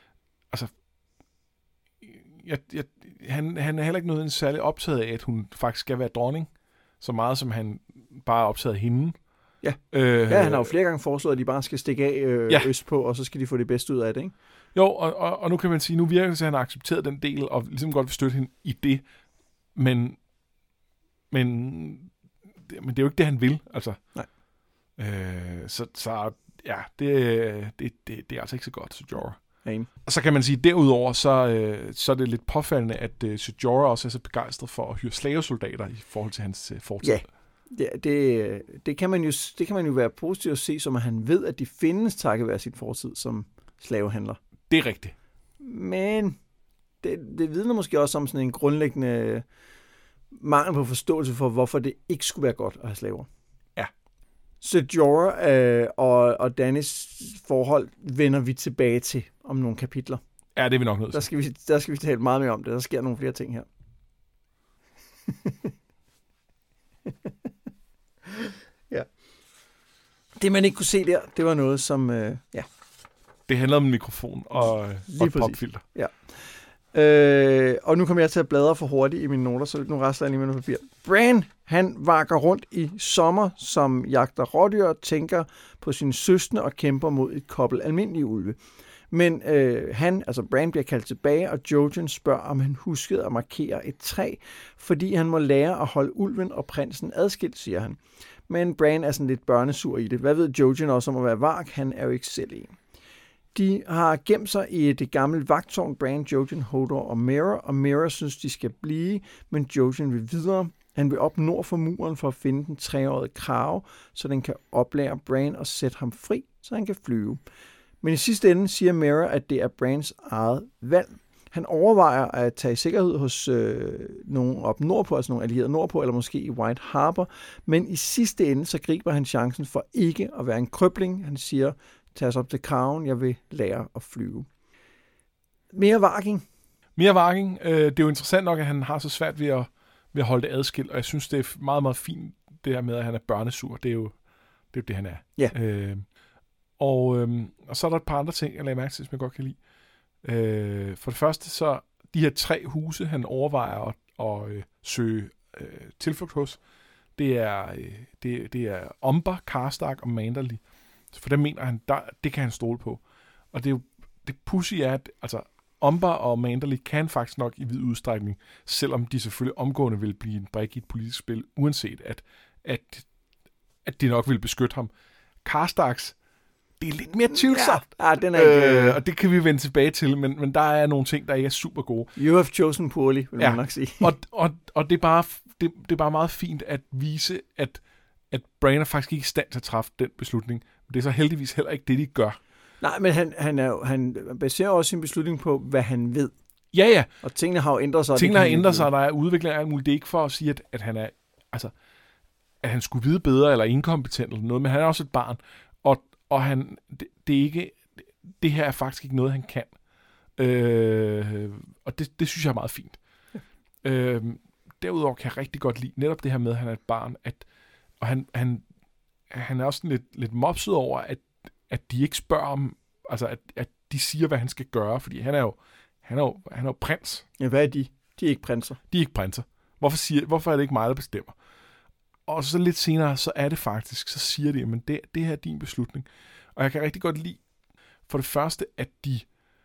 han er heller ikke noget særlig optaget af, at hun faktisk skal være dronning, så meget som han bare er optaget af hende. Ja, han har jo flere gange foreslået, at de bare skal stikke af østpå, og så skal de få det bedste ud af det, ikke? Jo, og nu kan man sige, nu virker det, at han har accepteret den del, og ligesom godt vil støtte hende i det, men det er jo ikke det, han vil, altså. Nej. Så ja, det er altså ikke så godt, så Jorah. Og så kan man sige, derudover, så er det lidt påfaldende, at Ser Jorah også er så begejstret for at hyre slavesoldater i forhold til hans fortid. Ja, det kan man jo være positiv at se, som at han ved, at de findes takket være sin fortid som slavehandler. Det er rigtigt. Men det vidner måske også om sådan en grundlæggende mangel på forståelse for, hvorfor det ikke skulle være godt at have slaver. Ja. Så Jorah og Dannys forhold vender vi tilbage til om nogle kapitler. Ja, det er vi nok nødt til. Der skal vi tale meget mere om det. Der sker nogle flere ting her. Ja. Det, man ikke kunne se der, det var noget som... ja. Det handler om en mikrofon og et popfilter. Ja. Og nu kommer jeg til at bladre for hurtigt i mine noter, så nu rester jeg lige med noget papir. Bran, han vakker rundt i sommer, som jagter rådyr, tænker på sine søstre og kæmper mod et kobbel almindelige ulve. Men Bran bliver kaldt tilbage, og Jojen spørger, om han huskede at markere et træ, fordi han må lære at holde ulven og prinsen adskilt, siger han. Men Bran er sådan lidt børnesur i det. Hvad ved Jojen også om at være varg? Han er jo ikke selv en. De har gemt sig i det gamle vagtårn, Bran, Jojen, Hodor og Meera synes, de skal blive, men Jojen vil videre. Han vil op nord for muren for at finde den 3-årige krage, så den kan oplære Bran og sætte ham fri, så han kan flyve. Men i sidste ende siger Meera, at det er Brans eget valg. Han overvejer at tage i sikkerhed hos nogen op nordpå, altså nogle allierede nordpå, eller måske i White Harbor, men i sidste ende så griber han chancen for ikke at være en krøbling. Han siger, tag os op til kraven, jeg vil lære at flyve. Mere varking. Det er jo interessant nok, at han har så svært ved at holde det adskilt, og jeg synes, det er meget, meget fint, det her med, at han er børnesur. Det er jo det, han er. Ja. Og så er der et par andre ting, jeg lagde mærke til, som jeg godt kan lide. For det første, så de her 3 huse, han overvejer at søge tilflugt hos, det er Umber, Karstark og Manderly. For der mener han, det kan han stole på. Og det pudsige er, at altså, Umber og Manderly kan faktisk nok i vid udstrækning, selvom de selvfølgelig omgående vil blive en brik i et politisk spil, uanset at de nok vil beskytte ham. Karstarks, det er lidt mere tvivlsomt. Ja, den er ikke... og det kan vi vende tilbage til, men der er nogle ting, der ikke er super gode. You have chosen poorly, vil man nok sige. og det er bare meget fint at vise, at Bran er faktisk ikke i stand til at træffe den beslutning. Men det er så heldigvis heller ikke det, de gør. Nej, men han baserer også sin beslutning på, hvad han ved. Ja. Og tingene har jo ændret sig. Tingene har ændret sig, og der er udvikling af alt muligt. Det er ikke for at sige, at han er... Altså, at han skulle vide bedre, eller inkompetent, eller noget, men han er også et barn. Og han... Det er ikke... Det her er faktisk ikke noget, han kan. Og det synes jeg er meget fint. Ja. Derudover kan jeg rigtig godt lide netop det her med, at han er et barn, og han er også lidt mopset over, at de ikke spørger om, altså at de siger, hvad han skal gøre, fordi han er jo prins. Ja, hvad er de? De er ikke prinser. De er ikke prinser. Hvorfor er det ikke mig, der bestemmer? Og så lidt senere, så er det faktisk, så siger de, men det her er din beslutning. Og jeg kan rigtig godt lide, for det første, at de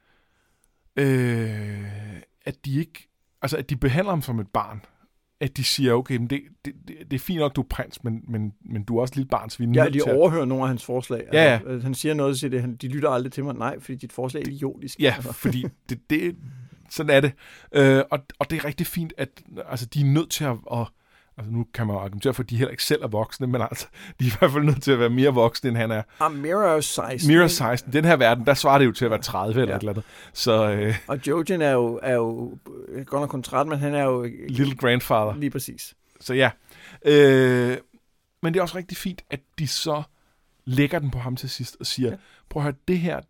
ikke, altså at de behandler ham som et barn. At de siger, okay, men det er fint nok, du er prins, men du er også et lille barn, så vi er nødt til at... overhører nogle af hans forslag. Ja. Altså, han siger noget, så siger det, de lytter aldrig til mig. Nej, fordi dit forslag er idiotisk. Ja, altså. Fordi det sådan er det. Og det er rigtig fint, at altså, de er nødt til at altså, nu kan man jo argumentere for, at de heller ikke selv er voksne, men altså, de er i hvert fald nødt til at være mere voksne, end han er. Meera er jo 16. Meera er 16. Den her verden, der svarer det jo til at være 30 eller et eller andet. Så, og Jojen er jo godt nok kun 13, men han er jo... Little grandfather. Lige præcis. Så ja. Men det er også rigtig fint, at de så lægger den på ham til sidst og siger, prøv at høre, det her,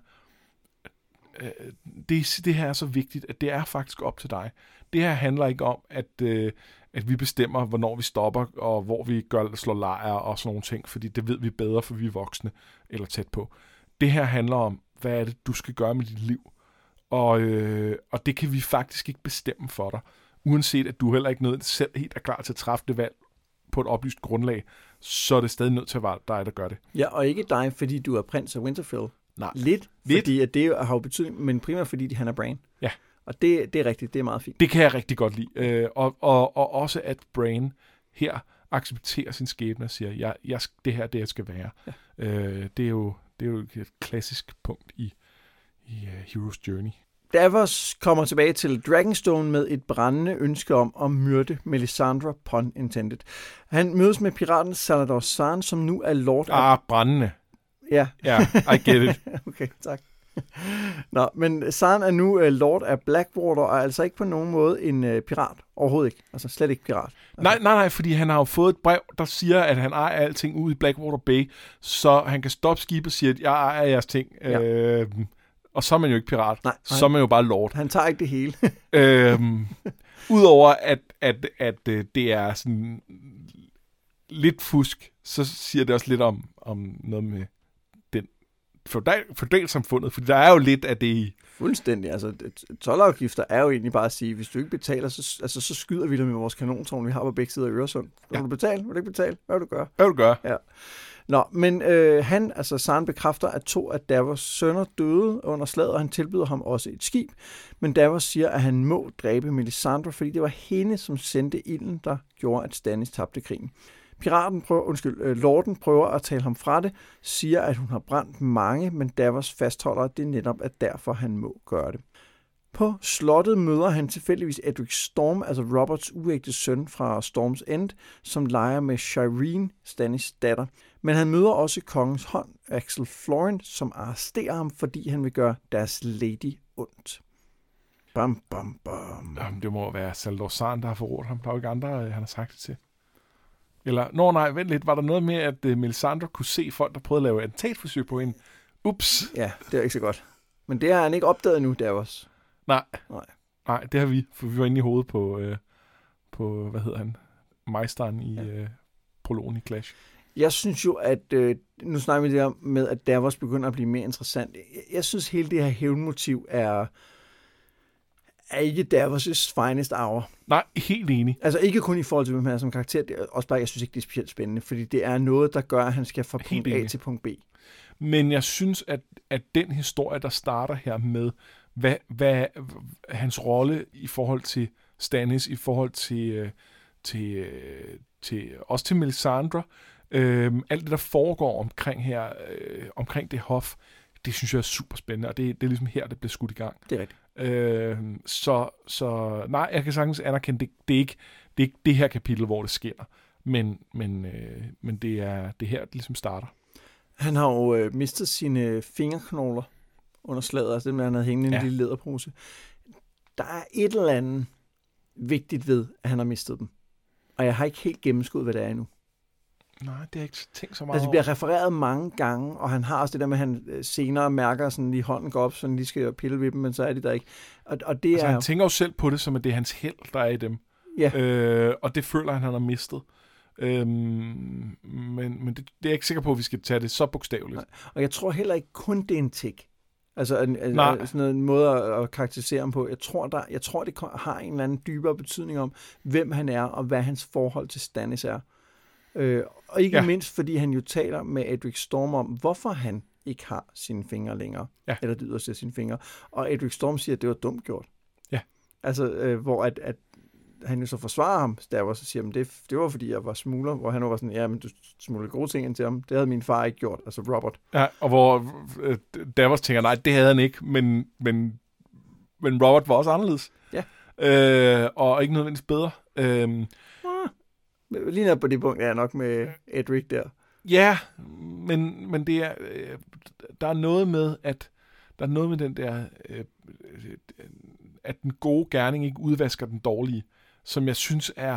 det her er så vigtigt, at det er faktisk op til dig. Det her handler ikke om, at vi bestemmer, hvornår vi stopper, og hvor vi slår lejr og sådan nogle ting, fordi det ved vi bedre, for vi er voksne eller tæt på. Det her handler om, hvad er det, du skal gøre med dit liv. Og det kan vi faktisk ikke bestemme for dig. Uanset at du heller ikke nødt selv helt er klar til at træffe det valg på et oplyst grundlag, så er det stadig nødt til at være dig, der gør det. Ja, og ikke dig, fordi du er prins af Winterfell. Nej. Lidt. Fordi at det har jo betydning, men primært fordi han er Bran. Ja. Og det er rigtigt, det er meget fint. Det kan jeg rigtig godt lide. Og også at Bran her accepterer sin skæbne og siger, det her er det, jeg skal være. Ja. Det er jo et klassisk punkt i Hero's Journey. Davos kommer tilbage til Dragonstone med et brændende ønske om at myrde Melisandre, pun intended. Han mødes med piraten Salladhor Saan, som nu er lord af... brændende. Ja. Ja, I get it. Okay, tak. Nå, men Zahn er nu Lord af Blackwater, og er altså ikke på nogen måde en pirat. Overhovedet ikke. Altså slet ikke pirat. Altså. Nej, fordi han har jo fået et brev, der siger, at han ejer alting ude i Blackwater Bay, så han kan stoppe skibet og sige, at jeg ejer jeres ting. Ja. Og så er man jo ikke pirat. Nej. Så er man jo bare lord. Han tager ikke det hele. Udover at det er sådan lidt fusk, så siger det også lidt om noget med den feudalsamfundet, fordi der er jo lidt af det i. Fuldstændig. Altså, toldafgifter er jo egentlig bare at sige, hvis du ikke betaler, så skyder vi dig med vores kanontårn, vi har på begge sider af Øresund. Vil du betale? Vil du ikke betale? Hvad vil du gøre? Hvad vil du gøre? Ja. Nå, men Zahn bekræfter, at 2 af Davos sønner døde under slaget, og han tilbyder ham også et skib. Men Davos siger, at han må dræbe Melisandre, fordi det var hende, som sendte ilden, der gjorde, at Stannis tabte krigen. Lorden prøver at tale ham fra det, siger, at hun har brændt mange, men Davos fastholder, at det netop er derfor, han må gøre det. På slottet møder han tilfældigvis Edric Storm, altså Roberts uægte søn fra Storm's End, som leger med Shireen, Stannis datter. Men han møder også kongens hånd, Axel Florent, som arresterer ham, fordi han vil gøre deres lady ondt. Bam, bam, bam. Jamen, det må være Saldor Zahn, der har forrådt ham. Der er jo ikke andre, han har sagt det til. Eller, nej, vent lidt. Var der noget med, at Melisandre kunne se folk, der prøvede at lave attentatforsøg på hende? Ups. Ja, det er ikke så godt. Men det har han ikke opdaget nu, Davos. Nej, det har vi. For vi var inde i hovedet på hvad hedder han? Meisteren i prologen i Clash. Jeg synes jo, at nu snakker vi der med, at Davos begynder at blive mere interessant. Jeg synes, hele det her hævnmotiv er ikke Davos' finest hour. Nej, helt enig. Altså ikke kun i forhold til, hvem han er som karakter. Det er også bare, jeg synes ikke, det er specielt spændende, fordi det er noget, der gør, at han skal fra punkt A til punkt B. Men jeg synes, at den historie, der starter her med, hvad hans rolle i forhold til Stannis, i forhold til også til Melisandre, alt det, der foregår omkring det hof, det synes jeg er super spændende, og det er ligesom her, det bliver skudt i gang. Det er rigtigt. Så nej, jeg kan sagtens anerkende, det er ikke det her kapitel, hvor det sker, men det er det her, det ligesom starter. Han har jo mistet sine fingerknogler under slaget, altså det, han havde hængende en lille læderpose. Der er et eller andet vigtigt ved, at han har mistet dem. Og jeg har ikke helt gennemskudt, hvad det er endnu. Nej, det har jeg ikke tænkt så meget over. Altså, det bliver refereret mange gange, og han har også det der med, at han senere mærker, sådan lige hånden går op, så han lige skal pille ved dem, men så er de der ikke. Og det altså, han tænker jo selv på det, som at det er hans held, der er i dem. Ja. Og det føler han har mistet. Men det er jeg ikke sikker på, at vi skal tage det så bogstaveligt. Nej. Og jeg tror heller ikke kun, det er en tik. Altså sådan en måde at karakterisere ham på. Jeg tror, det har en eller anden dybere betydning om, hvem han er, og hvad hans forhold til Stannis er. Og ikke mindst, fordi han jo taler med Edric Storm om, hvorfor han ikke har sine fingre længere. Ja. Eller det yderste af sine fingre. Og Edric Storm siger, at det var dumt gjort. Ja. Altså, hvor at han jo så forsvarer ham, der så siger, at det var fordi, jeg var smugler, hvor han var sådan, ja, men du smuglede gode ting ind til ham. Det havde min far ikke gjort, altså Robert. Ja, og hvor Davos tænker, nej, det havde han ikke, men Robert var også anderledes. Ja. Og ikke nødvendigvis bedre. Lige nede på det punkt er jeg nok med Edric der. Ja, men det er, der er noget med, den der, at den gode gerning ikke udvasker den dårlige, som jeg synes er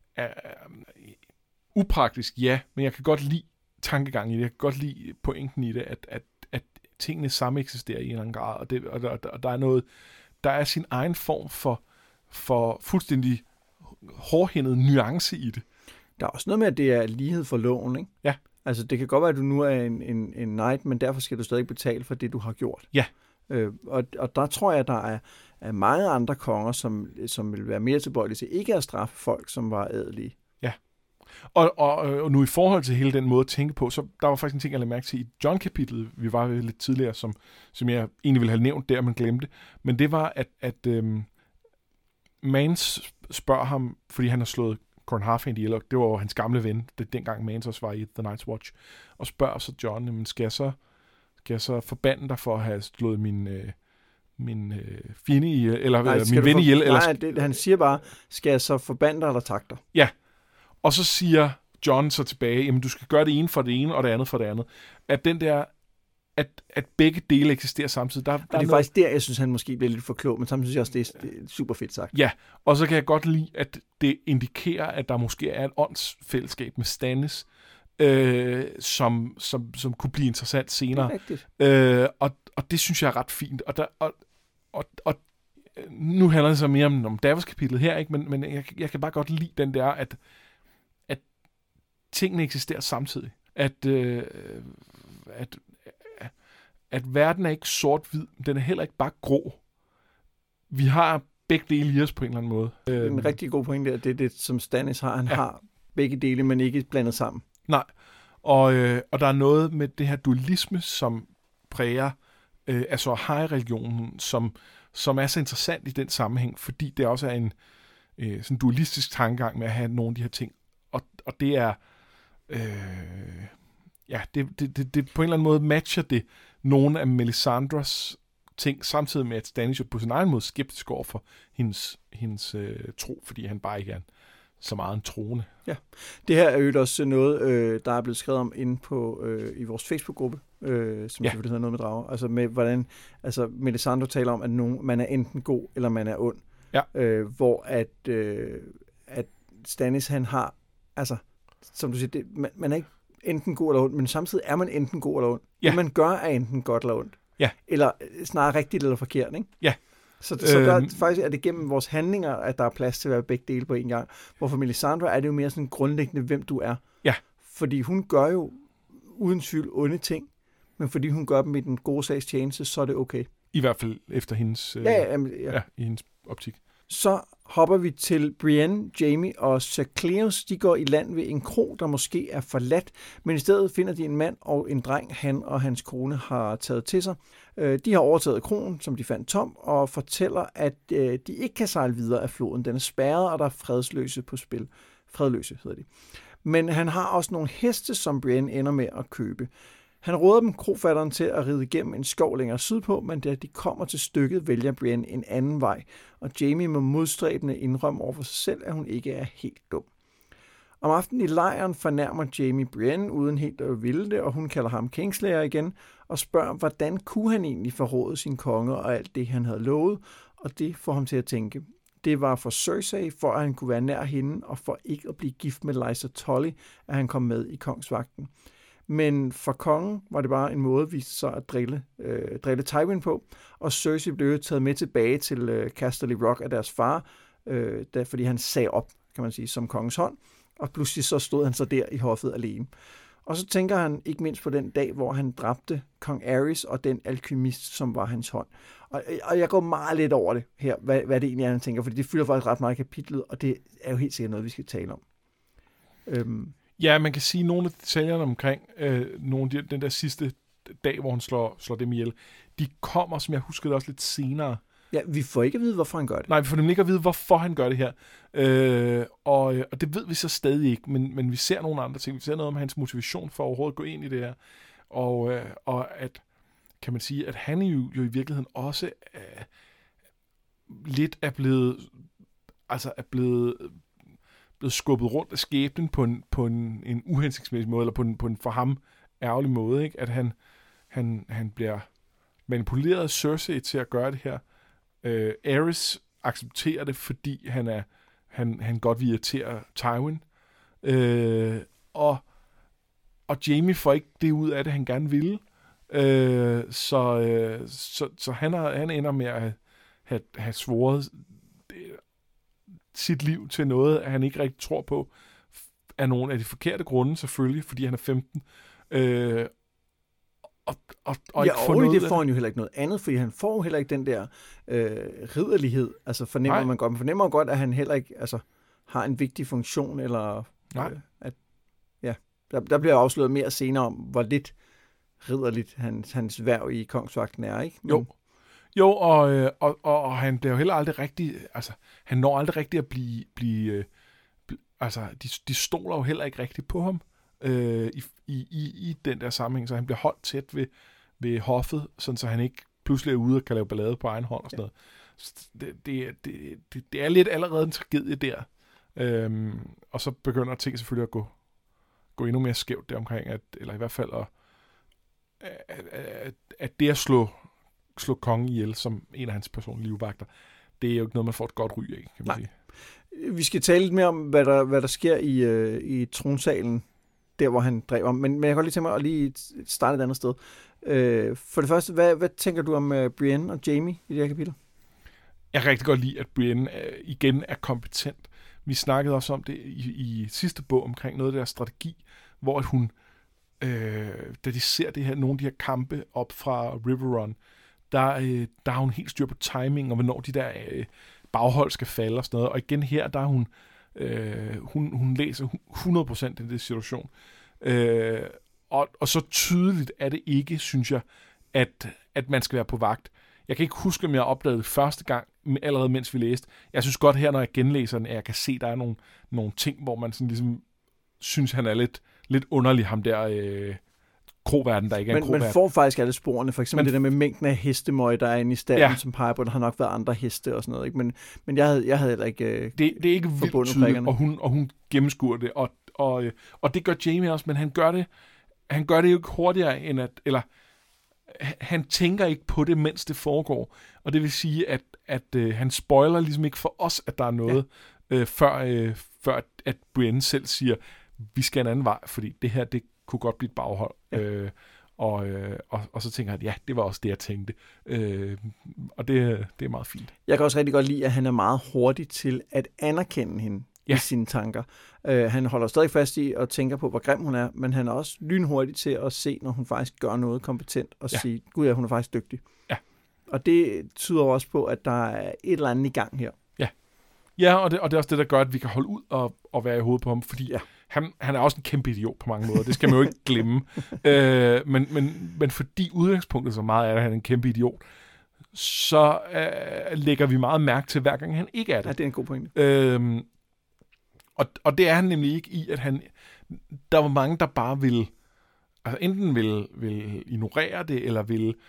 upraktisk, ja, men jeg kan godt lide tankegangen i det, jeg kan godt lide pointen i det, at tingene samme eksisterer i en eller anden grad, og der er noget, der er sin egen form for fuldstændig hårdhændet nuance i det. Der er også noget med, at det er lighed for loven, ikke? Ja. Altså, det kan godt være, at du nu er en knight, men derfor skal du stadig betale for det, du har gjort. Ja. Og der tror jeg, der er mange andre konger, som vil være mere tilbøjelige til ikke at straffe folk, som var adelige. Ja. Og nu i forhold til hele den måde at tænke på, så der var faktisk en ting, jeg lagde mærke til i John-kapitlet, vi var lidt tidligere, som jeg egentlig ville have nævnt der, men glemte. Men det var, at Mance spørger ham, fordi han har slået Qhorin Halfhand ihjel, og det var jo hans gamle ven, dengang Mance også var i The Night's Watch, og spørger så John, men skal jeg så forbande dig for at have slået min fjende ihjel, eller min ven ihjel? Nej, han siger bare, skal jeg så forbande dig eller takke dig? Ja, og så siger John så tilbage, jamen du skal gøre det ene for det ene, og det andet for det andet. At den der at begge dele eksisterer samtidig. Der det er faktisk der, jeg synes, han måske bliver lidt for klog, men samtidig synes jeg også, det er super fedt sagt. Ja, og så kan jeg godt lide, at det indikerer, at der måske er et åndsfællesskab med Stannis, som kunne blive interessant senere. Og det synes jeg er ret fint. Og nu handler det så mere om Davos-kapitlet her, ikke? Men jeg kan bare godt lide den der, at tingene eksisterer samtidig. At verden er ikke sort-hvid, den er heller ikke bare grå. Vi har begge dele i os på en eller anden måde. En rigtig god pointe der, det er det, som Stannis har. Han har begge dele, men ikke blandet sammen. Nej, og der er noget med det her dualisme, som præger Azor Ahai-religionen, som er så interessant i den sammenhæng, fordi det også er en sådan dualistisk tankegang med at have nogle af de her ting. Og det er... det på en eller anden måde matcher det nogle af Melisandres ting, samtidig med, at Stannis på sin egen måde skeptisk over for hendes tro, fordi han bare ikke er så meget en troende. Ja. Det her er jo også noget, der er blevet skrevet om inde på i vores Facebook-gruppe, som selvfølgelig hedder noget med drager. Altså med hvordan, altså Melisandre taler om, at man er enten god, eller man er ond. Ja. Hvor at Stannis, han har, altså, som du siger, man er ikke enten god eller ond, men samtidig er man enten god eller ond. Ja. Det, man gør, er enten godt eller ondt. Ja. Eller snarere rigtigt eller forkert, ikke? Ja. Så der, faktisk er det gennem vores handlinger, at der er plads til at være begge dele på en gang. Hvorfor Melisandre er det jo mere sådan grundlæggende, hvem du er. Ja. Fordi hun gør jo uden tvivl onde ting, men fordi hun gør dem i den gode sags tjeneste, så er det okay. I hvert fald efter hendes, i hendes optik. Så hopper vi til Brienne, Jaime og Sir Cleos. De går i land ved en kro, der måske er forladt, men i stedet finder de en mand og en dreng, han og hans kone har taget til sig. De har overtaget kroen, som de fandt tom, og fortæller, at de ikke kan sejle videre af floden. Den er spærret, og der er fredsløse på spil. Fredløse hedder de. Men han har også nogle heste, som Brienne ender med at købe. Han råder dem, krofatteren, til at ride igennem en skov længere sydpå, men da de kommer til stykket, vælger Brienne en anden vej, og Jaime må modstræbende indrømme over for sig selv, at hun ikke er helt dum. Om aftenen i lejren fornærmer Jaime Brienne uden helt at ville det, og hun kalder ham Kingslayer igen, og spørger, hvordan kunne han egentlig forråde sin konge og alt det, han havde lovet, og det får ham til at tænke. Det var for Cersei, for at han kunne være nær hende, og for ikke at blive gift med Lysa Tully, at han kom med i kongsvagten. Men for kongen var det bare en måde, viste sig at drille Tywin på, og Cersei blev taget med tilbage til Casterly Rock af deres far, fordi han sagde op, kan man sige, som kongens hånd, og pludselig så stod han så der i hoffet alene. Og så tænker han ikke mindst på den dag, hvor han dræbte kong Aerys og den alkymist, som var hans hånd. Og jeg går meget lidt over det her, hvad det egentlig er, han tænker, fordi det fylder faktisk ret meget i kapitlet, og det er jo helt sikkert noget, vi skal tale om. Ja, man kan sige, nogle af detaljerne omkring den der sidste dag, hvor han slår dem ihjel, de kommer, som jeg husker det, også lidt senere. Ja, vi får ikke at vide, hvorfor han gør det. Nej, vi får nemlig ikke at vide, hvorfor han gør det her. Og det ved vi så stadig ikke, men vi ser nogle andre ting. Vi ser noget om hans motivation for at overhovedet gå ind i det her. Og at, kan man sige, at han jo i virkeligheden også lidt er blevet skubbet rundt af skæbnen på en uhensigtsmæssig måde, eller på en for ham ærgerlig måde, ikke? At han bliver manipuleret af Cersei til at gøre det her. Aerys accepterer det, fordi han godt vil irritere Tywin. Og Jaime får ikke det ud af det, han gerne ville. Så han ender med at have svoret sit liv til noget, han ikke rigtig tror på, af nogle af de forkerte grunde, selvfølgelig, fordi han er 15. Og ikke får noget det får han jo heller ikke noget andet, fordi han får heller ikke den der ridderlighed. Altså fornemmer man godt. Man fornemmer godt, at han heller ikke har en vigtig funktion, eller der bliver afsløret mere senere om, hvor lidt ridderligt hans hverv i kongsvagten er, ikke? Men... Jo, og han bliver jo heller aldrig rigtig, han når aldrig rigtig at blive de stoler jo heller ikke rigtig på ham i den der sammenhæng, så han bliver holdt tæt ved hoffet, sådan så han ikke pludselig er ude og kan lave ballade på egen hånd og sådan noget. Så det er lidt allerede en tragedie der. Og så begynder ting selvfølgelig at gå endnu mere skævt deromkring, eller i hvert fald at det at slå kongen ihjel som en af hans personlige livvagter, det er jo ikke noget, man får et godt ry af, kan man sige. Vi skal tale lidt mere om, hvad der sker i tronsalen, der hvor han dræber. Men jeg kan godt lige tænke mig at lige starte et andet sted. For det første, hvad tænker du om Brienne og Jaime i det her kapitel? Jeg kan rigtig godt lide, at Brienne igen er kompetent. Vi snakkede også om det i sidste bog omkring noget af der strategi, hvor hun, da de ser det her, nogle af de her kampe op fra Riverrun, der har hun helt styr på timing, og hvornår de der baghold skal falde og sådan noget. Og igen her, der er hun læser 100% i den situation. Og så tydeligt er det ikke, synes jeg, at man skal være på vagt. Jeg kan ikke huske, om jeg opdagede det første gang, allerede mens vi læste. Jeg synes godt her, når jeg genlæser den, at jeg kan se, at der er nogle ting, hvor man sådan ligesom synes, han er lidt underlig, ham der kroverden, der ikke er en kroverden. Man får faktisk alle sporene, for eksempel det der med mængden af hestemøg, der er inde i stallen, som peger på, at der har nok været andre heste og sådan noget. Ikke? Men jeg havde heller ikke det er ikke vildt tydeligt, og hun gennemskuer det, og det gør Jaime også, men han gør det jo ikke hurtigere, end at, han tænker ikke på det, mens det foregår. Og det vil sige, at han spoiler ligesom ikke for os, at der er noget, før at Brienne selv siger, vi skal en anden vej, fordi det her, det kunne godt blive et baghold. Ja. Og så tænker han, ja, det var også det, jeg tænkte. Og det er meget fint. Jeg kan også rigtig godt lide, at han er meget hurtig til at anerkende hende i sine tanker. Han holder stadig fast i og tænker på, hvor grim hun er, men han er også lynhurtig til at se, når hun faktisk gør noget kompetent, og sige, gud ja, hun er faktisk dygtig. Ja. Og det tyder også på, at der er et eller andet i gang her. Ja, og det er også det, der gør, at vi kan holde ud og være i hovedet på ham, fordi han er også en kæmpe idiot på mange måder. Det skal man jo ikke glemme. Men fordi udgangspunktet så meget er, at han er en kæmpe idiot, så lægger vi meget mærke til, hver gang han ikke er det. Ja, det er en god pointe. Og det er han nemlig ikke i, at der var mange, der bare enten vil ignorere det, eller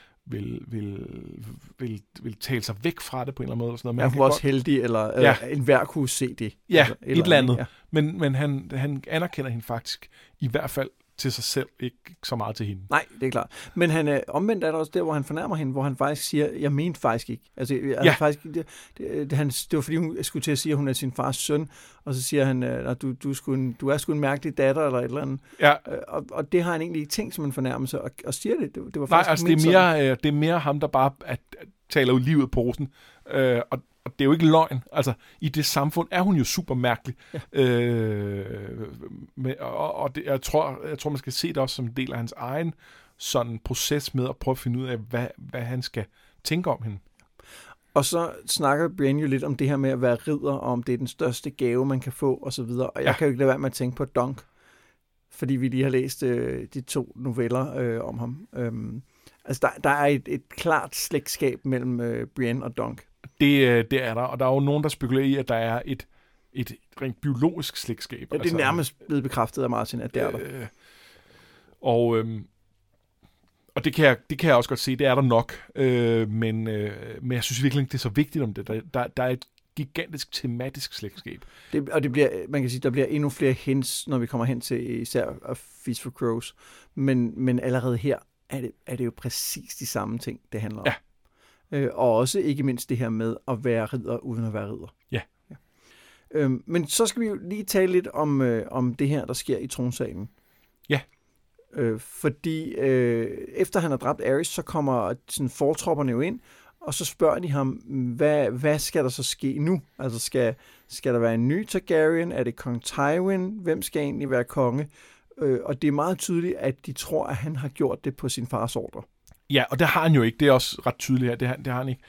vil tale sig væk fra det på en eller anden måde. Eller sådan noget. Men han var også heldig, eller enhver kunne se det. Ja, altså, et eller andet. Ja. Men han anerkender hende faktisk, i hvert fald til sig selv, ikke så meget til hende. Nej, det er klart. Men han omvendt er der også der, hvor han fornærmer hende, hvor han faktisk siger, jeg mente faktisk ikke. Altså, faktisk, det var fordi, hun skulle til at sige, at hun er sin fars søn, og så siger han, at du er sgu en mærkelig datter, eller et eller andet. Ja. Og det har han egentlig ikke tænkt som en fornærmelse, og siger det. Det var faktisk det er mere ham, der bare taler ud livet på rosen, og det er jo ikke løgn. Altså, i det samfund er hun jo super mærkelig. Ja. Jeg tror, man skal se det også som en del af hans egen sådan proces med at prøve at finde ud af, hvad han skal tænke om hende. Og så snakker Brienne jo lidt om det her med at være ridder, og om det er den største gave, man kan få, og så videre. Og jeg kan jo ikke lade være med at tænke på Dunk, fordi vi lige har læst de 2 noveller om ham. Altså, der er et klart slægtskab mellem Brienne og Dunk. Det er der, og der er jo nogen, der spekulerer i, at der er et rent biologisk slægtskab. Ja, det er nærmest blevet bekræftet af Martin, at det er der. Og det kan jeg også godt se, det er der nok. Men jeg synes virkelig ikke, det er så vigtigt om det. Der er et gigantisk tematisk slægtskab. Det bliver, man kan sige, der bliver endnu flere hints, når vi kommer hen til især A Feast for Crows. Men allerede her er det jo præcis de samme ting, det handler om. Ja. Og også ikke mindst det her med at være ridder uden at være ridder. Ja. Men så skal vi jo lige tale lidt om det her, der sker i tronsalen. Ja. Fordi efter han har dræbt Aerys, så kommer sådan fortropperne jo ind, og så spørger de ham, hvad skal der så ske nu? Altså skal der være en ny Targaryen? Er det kong Tywin? Hvem skal egentlig være konge? Og det er meget tydeligt, at de tror, at han har gjort det på sin fars ordre. Ja, og det har han jo ikke. Det er også ret tydeligt her. Det har han ikke.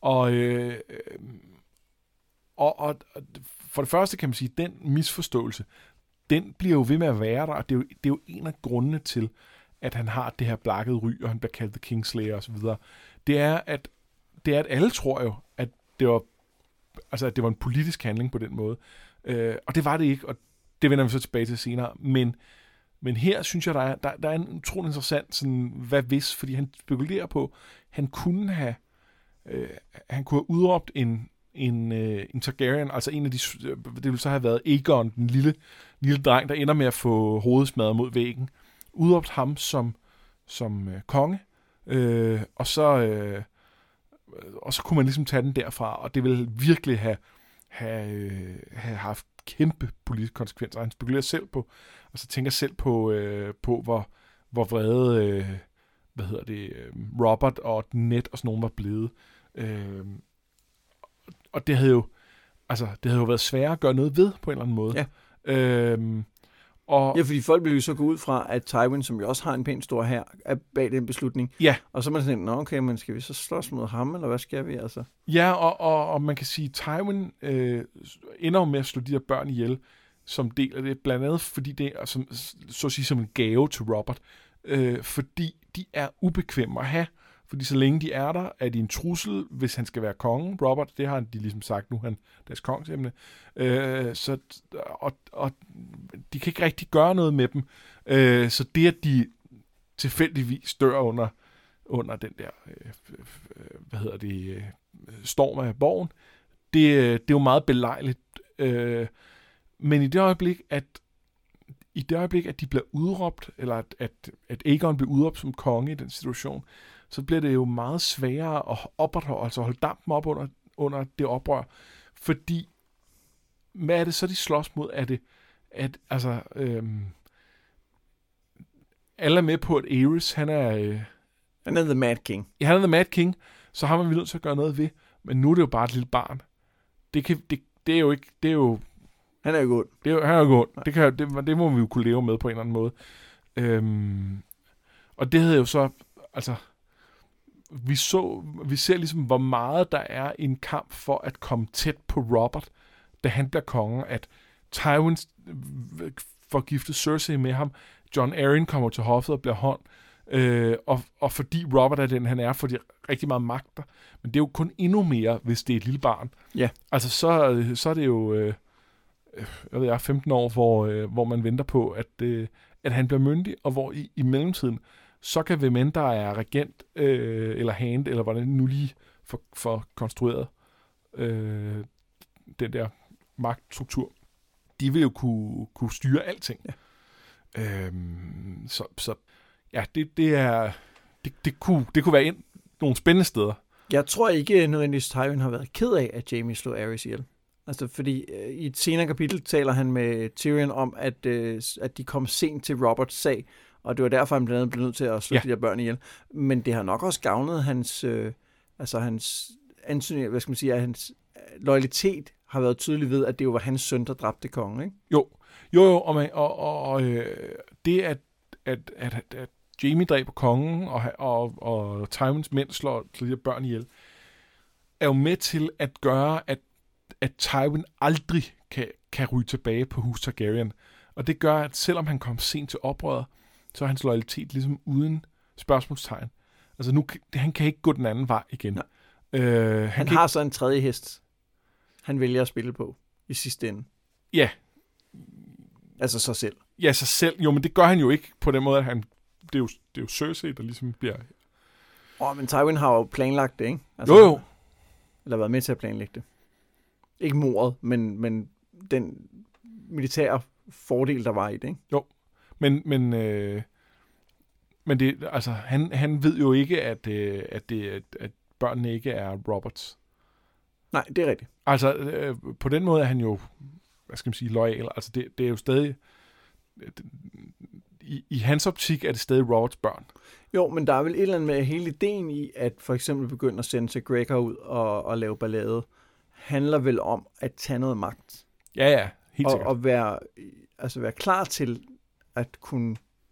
Og for det første kan man sige, at den misforståelse, den bliver jo ved med at være der, og det er jo en af grundene til, at han har det her blakkede ry, og han bliver kaldt The Kingslayer osv. Det er, at alle tror jo, at det var en politisk handling på den måde. Og det var det ikke, og det vender vi så tilbage til senere. Men her synes jeg, der er en utrolig interessant sådan, hvad hvis, fordi han spekulerer på, han kunne have udråbt en Targaryen, altså en af de, det ville så have været Aegon, den lille dreng, der ender med at få hovedet smadret mod væggen, udråbt ham som som konge, og så kunne man ligesom tage den derfra, og det ville virkelig have haft kæmpe politiske konsekvenser. Han spekulerer selv på, og så tænker selv på hvor vrede Robert og Ned og sådan nogen var blevet. Og det havde jo været sværere at gøre noget ved på en eller anden måde. Ja. Ja, fordi folk ville jo så gå ud fra, at Tywin, som jo også har en pænt stor hær, er bag den beslutning. Ja. Og så er man sådan, nå okay, men skal vi så slås mod ham, eller hvad skal vi altså? Ja, og man kan sige, at Tywin ender med at slå de her børn ihjel som del af det, blandt andet fordi det er så at sige som en gave til Robert, fordi de er ubekvemme at have. Fordi så længe de er der, er de en trussel, hvis han skal være konge. Robert, det har de ligesom sagt nu, han er deres kongsemne. Og de kan ikke rigtig gøre noget med dem. Så det, at de tilfældigvis dør under den der, storm af borgen, det er jo meget belejligt. Men i det øjeblik, at de bliver udråbt, eller at Aegon bliver udråbt som konge i den situation, så bliver det jo meget sværere at opretholde, altså holde dampen op under det oprør. Fordi, hvad er det så, de slås mod? Er det, alle er med på, at Aerys, han er The Mad King. Ja, han er The Mad King, så har man nødt til at gøre noget ved. Men nu er det jo bare et lille barn. Det er jo ikke, det er jo... Han er jo god. Han er jo god. Det må vi jo kunne leve med på en eller anden måde. Og det havde jo så, altså... Vi ser ligesom, hvor meget der er en kamp for at komme tæt på Robert, da han bliver konge, at Tywin får giftet Cersei med ham, Jon Arryn kommer til hoffet og bliver hånd, og fordi Robert er den, han er, får de rigtig meget magter, men det er jo kun endnu mere, hvis det er et lille barn. Ja. Altså, så er det jo 15 år, hvor man venter på, at han bliver myndig, og hvor i mellemtiden, så kan hvem end der er regent, eller hand, eller hvordan nu lige for konstrueret den der magtstruktur, de vil jo kunne styre alting. Ja. Så ja, det kunne være nogle spændende steder. Jeg tror ikke nødvendigvis Tywin har været ked af, at Jaime slog Aerys ihjel. Altså, fordi i et senere kapitel taler han med Tyrion om, at de kom sent til Roberts sag, og det var derfor, han blandt andet blev nødt til at slå de der børn ihjel. Men det har nok også gavnet hans ansøgning, hvad skal man sige, at hans loyalitet har været tydelig ved, at det jo var hans søn, der dræbte kongen, ikke? Jo, og det, at Jaime dræber kongen, og Tywins mænd slår de her børn ihjel, er jo med til at gøre, at Tywin aldrig kan ryge tilbage på Hus Targaryen. Og det gør, at selvom han kom sent til oprøret, så er hans loyalitet ligesom uden spørgsmålstegn. Altså nu, han kan ikke gå den anden vej igen. Han har så en tredje hest, han vælger at spille på i sidste ende. Ja. Altså sig selv. Ja, sig selv. Jo, men det gør han jo ikke på den måde, at det er jo Cersei, der ligesom bliver... Men Tywin har jo planlagt det, ikke? Altså, jo. Eller været med til at planlægge det. Ikke mordet, men den militære fordel, der var i det, ikke? Jo. Men det, altså, han ved jo ikke, at børnene ikke er Roberts. Nej, det er rigtigt. Altså, på den måde er han jo, hvad skal man sige, loyal. Altså, det er jo stadig... I hans optik er det stadig Roberts børn. Jo, men der er vel et eller andet med hele ideen i, at for eksempel begynde at sende til Gregor ud og lave ballade, handler vel om at tage noget magt. Ja, helt sikkert. Og være klar til at kunne...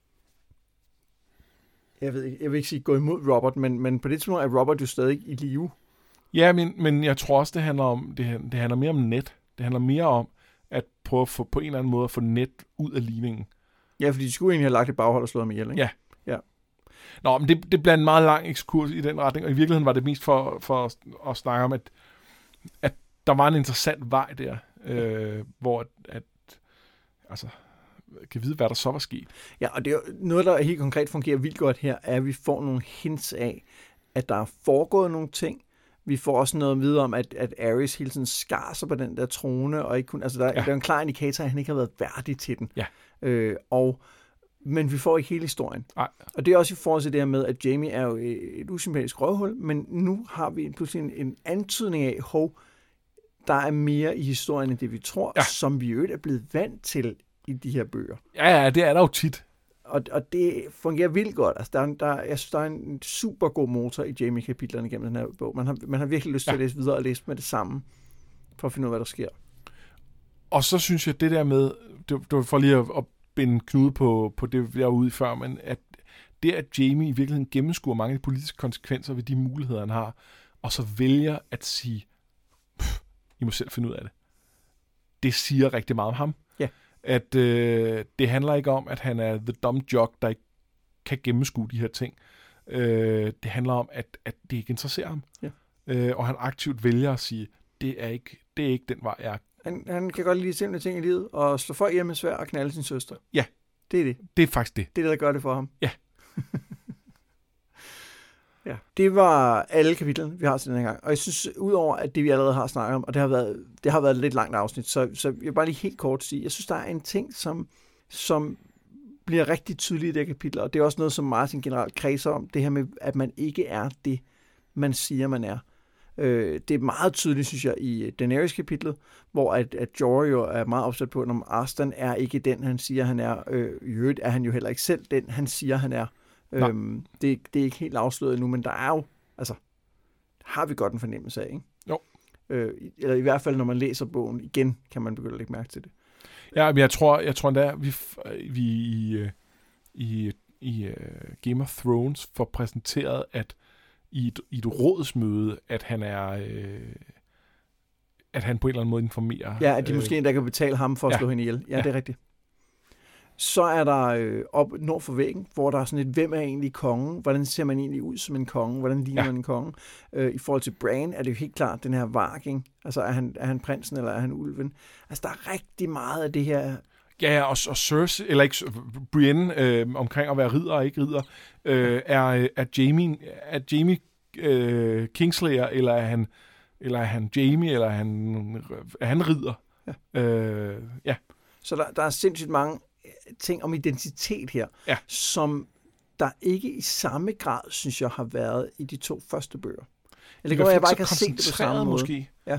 Jeg vil ikke sige gå imod Robert, men på det tidspunkt er Robert jo stadig i live. Ja, men jeg tror også, det handler mere om Ned. Det handler mere om at prøve at få, på en eller anden måde at få Ned ud af ligningen. Ja, fordi de skulle egentlig have lagt et baghold og slået ham ihjel, ikke? Ja. Nå, men det bliver en meget lang ekskurs i den retning, og i virkeligheden var det mest for at snakke om, at der var en interessant vej der, hvor altså, kan vide, hvad der så var sket. Ja, og det er noget, der helt konkret fungerer vildt godt her, er, at vi får nogle hints af, at der er foregået nogle ting. Vi får også noget videre om, at Aerys hele tiden skar sig på den der trone, og ikke kun, altså der er en klar indikator, at han ikke har været værdig til den. Ja. Og Men vi får ikke hele historien. Nej. Og det er også i forhold til det her med, at Jamie er jo et usympatisk røvhul, men nu har vi pludselig en antydning af, der er mere i historien, end det vi tror, som vi jo er blevet vant til i de her bøger. Ja, det er der jo tit. Og det fungerer vildt godt. Altså, jeg synes, der er en super god motor i Jamie-kapitlerne gennem den her bog. Man har virkelig lyst til at læse videre og læse med det samme, for at finde ud af, hvad der sker. Og så synes jeg, det der med, det var for lige at binde knude på det, jeg var ude i før, men at det, at Jamie i virkeligheden gennemskuer mange af de politiske konsekvenser ved de muligheder, han har, og så vælger at sige, I må selv finde ud af det. Det siger rigtig meget om ham. Ja. At det handler ikke om, at han er the dumb jock, der ikke kan gennemskue de her ting. Det handler om, at det ikke interesserer ham. Ja. Og han aktivt vælger at sige, det er ikke den vej, jeg Han kan godt lide simple ting i livet, og slå folk hjemme svær og knalde sin søster. Ja. Det er det. Det er faktisk det. Det er det, der gør det for ham. Ja. Ja. Det var alle kapitlerne, vi har til den her gang. Og jeg synes, udover at det, vi allerede har snakket om, og det har været et lidt langt afsnit, så jeg vil bare lige helt kort sige, jeg synes, der er en ting, som bliver rigtig tydeligt i det her kapitel, og det er også noget, som Martin generelt kredser om, det her med, at man ikke er det, man siger, man er. Det er meget tydeligt, synes jeg, i Daenerys-kapitlet, hvor at Jory jo er meget opsat på, at Arstan er ikke den, han siger, han er. I øvrigt er han jo heller ikke selv den, han siger, han er. Det er ikke helt afsløret endnu, men der er jo, altså, har vi godt en fornemmelse af, ikke? Jo. Eller i hvert fald, når man læser bogen igen, kan man begynde at lægge mærke til det. Ja, men jeg tror endda, vi i Game of Thrones får præsenteret, at i et rådsmøde, at han er at han på en eller anden måde informerer. Ja, at de måske endda kan betale ham for at slå hende ihjel. Ja, det er rigtigt. Så er der op nord for væggen, hvor der er sådan et, hvem er egentlig kongen? Hvordan ser man egentlig ud som en konge? Hvordan ligner man en konge? I forhold til Bran er det jo helt klart den her varking. Altså, er han prinsen, eller er han ulven? Altså, der er rigtig meget af det her. Ja, og Cersei, eller ikke, Brienne omkring at være ridder og ikke ridder, er Jamie Kingslayer, eller er han Jamie, eller er han ridder? Ja. Så der er sindssygt mange ting om identitet her, som der ikke i samme grad, synes jeg, har været i de 2 første bøger. Eller det går, jeg bare ikke har set det på samme måde. Måske. Ja.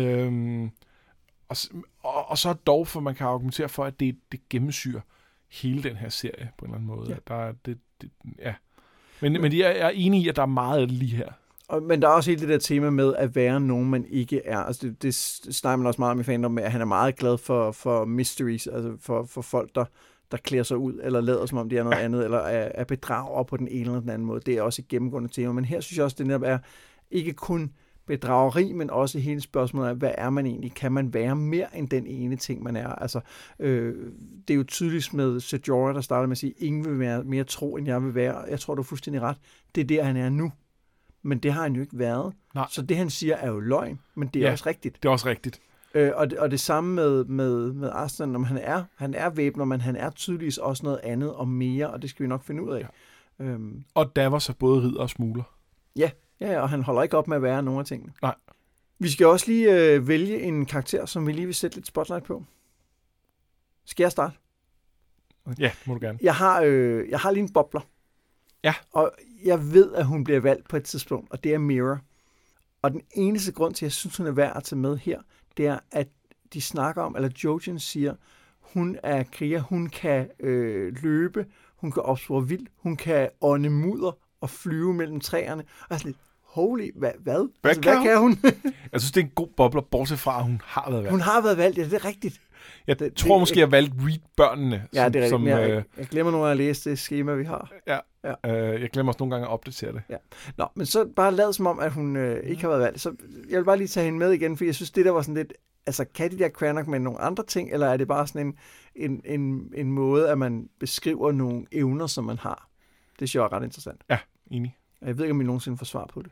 Og så dog, for man kan argumentere for, at det gennemsyrer hele den her serie på en eller anden måde. Ja. Men jeg er enig i, at der er meget af det lige her. Men der er også hele det der tema med at være nogen, man ikke er. Altså det snakker man også meget om i fandom med, at han er meget glad for mysteries, altså for folk, der klæder sig ud, eller lader som om de er noget andet, eller er bedrager på den ene eller den anden måde. Det er også et gennemgående tema. Men her synes jeg også, det netop er ikke kun bedrageri, men også hele spørgsmålet af, hvad er man egentlig? Kan man være mere end den ene ting, man er? Altså, det er jo tydeligt med Ser Jorah, der starter med at sige, ingen vil være mere tro, end jeg vil være. Jeg tror, du er fuldstændig ret. Det er der, han er nu. Men det har han jo ikke været. Nej. Så det, han siger, er jo løgn, men det er også rigtigt. Det er også rigtigt. Og det samme med Arslan, om han er væbner, men han er tydeligvis også noget andet og mere, og det skal vi nok finde ud af. Ja. Og Davos er både ridder og smugler. Ja, og han holder ikke op med at være nogle af tingene. Nej. Vi skal også lige vælge en karakter, som vi lige vil sætte lidt spotlight på. Skal jeg starte? Okay. Ja, det må du gerne. Jeg har lige en bobler. Ja. Og jeg ved, at hun bliver valgt på et tidspunkt, og det er Mira. Og den eneste grund til, at jeg synes, hun er værd at tage med her, det er, at de snakker om, eller Jojen siger, hun er kriger, hun kan løbe, hun kan opspore vildt, hun kan ånde mudder og flyve mellem træerne. Og sådan lidt, holy, hvad? Hvad kan hun? Jeg synes, det er en god bobler, bortset fra, at hun har været valgt. Hun har været valgt, ja, det er rigtigt. Jeg tror måske, jeg valgte Reed-børnene. Ja, det er rigtigt. Jeg glemmer nogle af at læse det schema, vi har. Ja. Jeg glemmer også nogle gange at opdatere det. Ja. Nå, men så bare lad som om, at hun ikke har været valgt. Så jeg vil bare lige tage hende med igen, for jeg synes, det der var sådan lidt, altså kan de der Cranach med nogle andre ting, eller er det bare sådan en måde, at man beskriver nogle evner, som man har? Det synes jeg er ret interessant. Ja, enig. Jeg ved ikke, om I nogensinde får svar på det.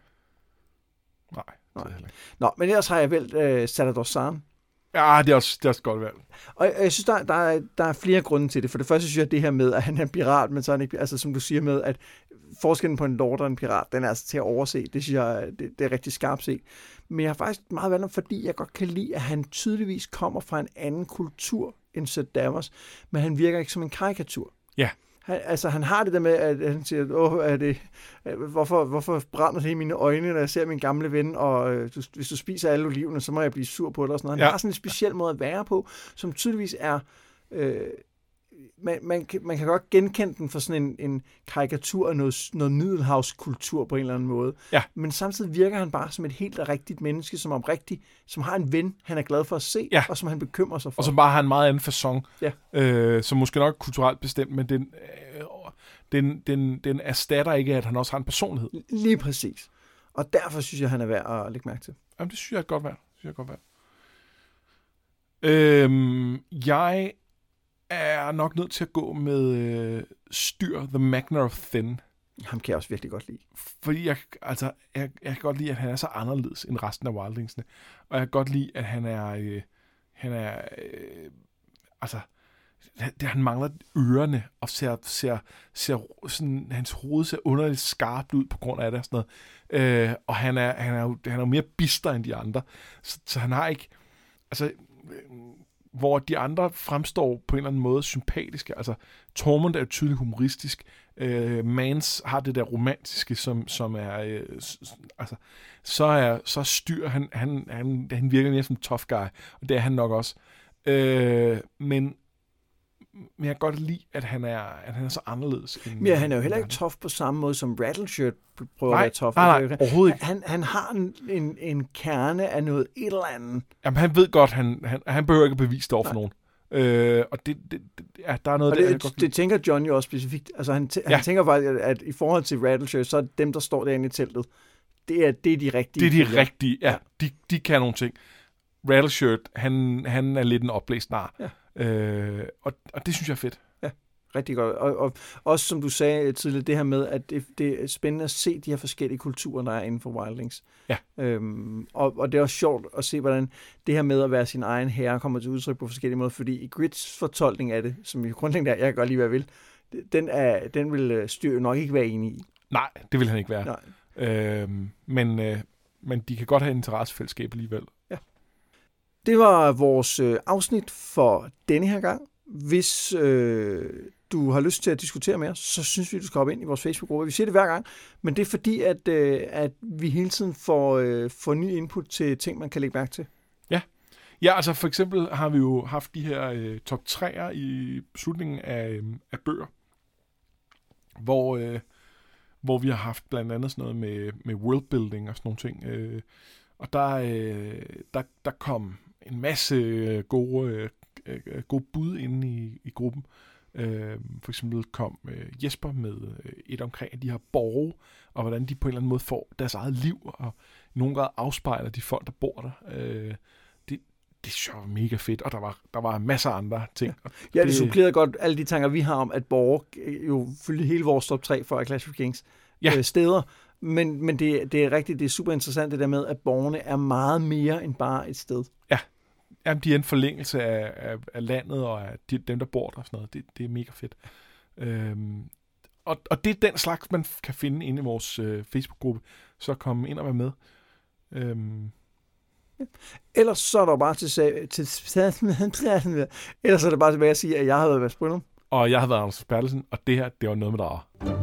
Nej. Nå, men ellers har jeg valgt Salladhor Saan. Ja, det er også godt valgt. Og jeg synes, der er flere grunde til det. For det første synes jeg, det her med, at han er en pirat, men så er han ikke, altså som du siger med, at forskellen på en lord og en pirat, den er altså til at overse. Det synes jeg, det er rigtig skarpt set. Men jeg har faktisk meget valgt, fordi jeg godt kan lide, at han tydeligvis kommer fra en anden kultur end Sir Davos, men han virker ikke som en karikatur. Ja. Han har det der med, at han siger, hvorfor brænder det i mine øjne, når jeg ser min gamle ven, og hvis du spiser alle olivene, så må jeg blive sur på dig. Og sådan noget. Han har sådan en speciel måde at være på, som tydeligvis er... Man kan godt genkende den for sådan en karikatur af noget middelhavskultur på en eller anden måde. Ja. Men samtidig virker han bare som et helt rigtigt menneske, som har en ven, han er glad for at se, og som han bekymrer sig for. Og som bare har en meget anden facon, som måske nok er kulturelt bestemt, men den erstatter ikke, at han også har en personlighed. Lige præcis. Og derfor synes jeg, han er værd at lægge mærke til. Jamen, det synes jeg er godt værd. Jeg er nok nødt til at gå med Styr, The Magna of Thin. Ham kan jeg også virkelig godt lide. Fordi jeg kan godt lide, at han er så anderledes end resten af Wildlingsene. Og jeg kan godt lide, at han mangler ørerne, og ser sådan, hans hoved ser underligt skarpt ud på grund af det og sådan noget. Og han er jo mere bister end de andre. Så han har ikke... Altså... hvor de andre fremstår på en eller anden måde sympatiske. Altså, Tormund er jo tydeligt humoristisk. Mance har det der romantiske, som er... så er Styr, han virker mere som tough guy, og det er han nok også. Men jeg kan godt lide, at han er så anderledes. Men han er jo heller ikke tough på samme måde, som Rattleshirt prøver at være tough. Nej, overhovedet ikke. Han har en kerne af noget et eller andet. Jamen, han ved godt, han behøver ikke bevise det over for nogen. Og der er noget og det tænker John jo også specifikt. Altså, han tænker faktisk, at i forhold til Rattleshirt, så er dem, der står derinde i teltet, det er de rigtige. Det er de rigtige, ja. De kan nogle ting. Rattleshirt, han er lidt en opblæst nar. Ja. Og det synes jeg er fedt. Ja, rigtig godt. Og også som du sagde tidligere, det her med, at det er spændende at se de her forskellige kulturer, der er inden for Wildlings. Ja. Og det er også sjovt at se, hvordan det her med at være sin egen herre kommer til udtryk på forskellige måder, fordi i Grids fortolkning af det, som i grundlæggende er, jeg kan godt lide, hvad jeg vil, den vil Styr nok ikke være enig i. Nej, det vil han ikke være. Men de kan godt have interessefællesskab alligevel. Ja. Det var vores afsnit for denne her gang. Hvis du har lyst til at diskutere med os, så synes vi, du skal hoppe ind i vores Facebook-gruppe. Vi siger det hver gang, men det er fordi, at vi hele tiden får ny input til ting, man kan lægge mærke til. Ja, altså for eksempel har vi jo haft de her top 3'er i slutningen af bøger, hvor vi har haft blandt andet sådan noget med worldbuilding og sådan nogle ting. Og der kom en masse gode bud inde i gruppen. For eksempel kom Jesper med et omkring de her borge, og hvordan de på en eller anden måde får deres eget liv, og i nogen grad afspejler de folk, der bor der. Det synes jeg var mega fedt, og der var masser af andre ting. Ja, det supplerede godt alle de tanker, vi har om, at borge jo fyldte hele vores top 3 for Clash of Kings steder. Men det er rigtigt, det er super interessant det der med, at borgerne er meget mere end bare et sted. Ja. Jamen, de er en forlængelse af landet og af dem, der bor der og sådan noget. Det er mega fedt. Og det er den slags, man kan finde inde i vores Facebook-gruppe. Så kom ind og være med. Ellers så er der bare ellers er det bare tilbage at sige, at jeg har været Mads Brynum. Og jeg har været Anders Bertelsen, og det her, det var noget med drager.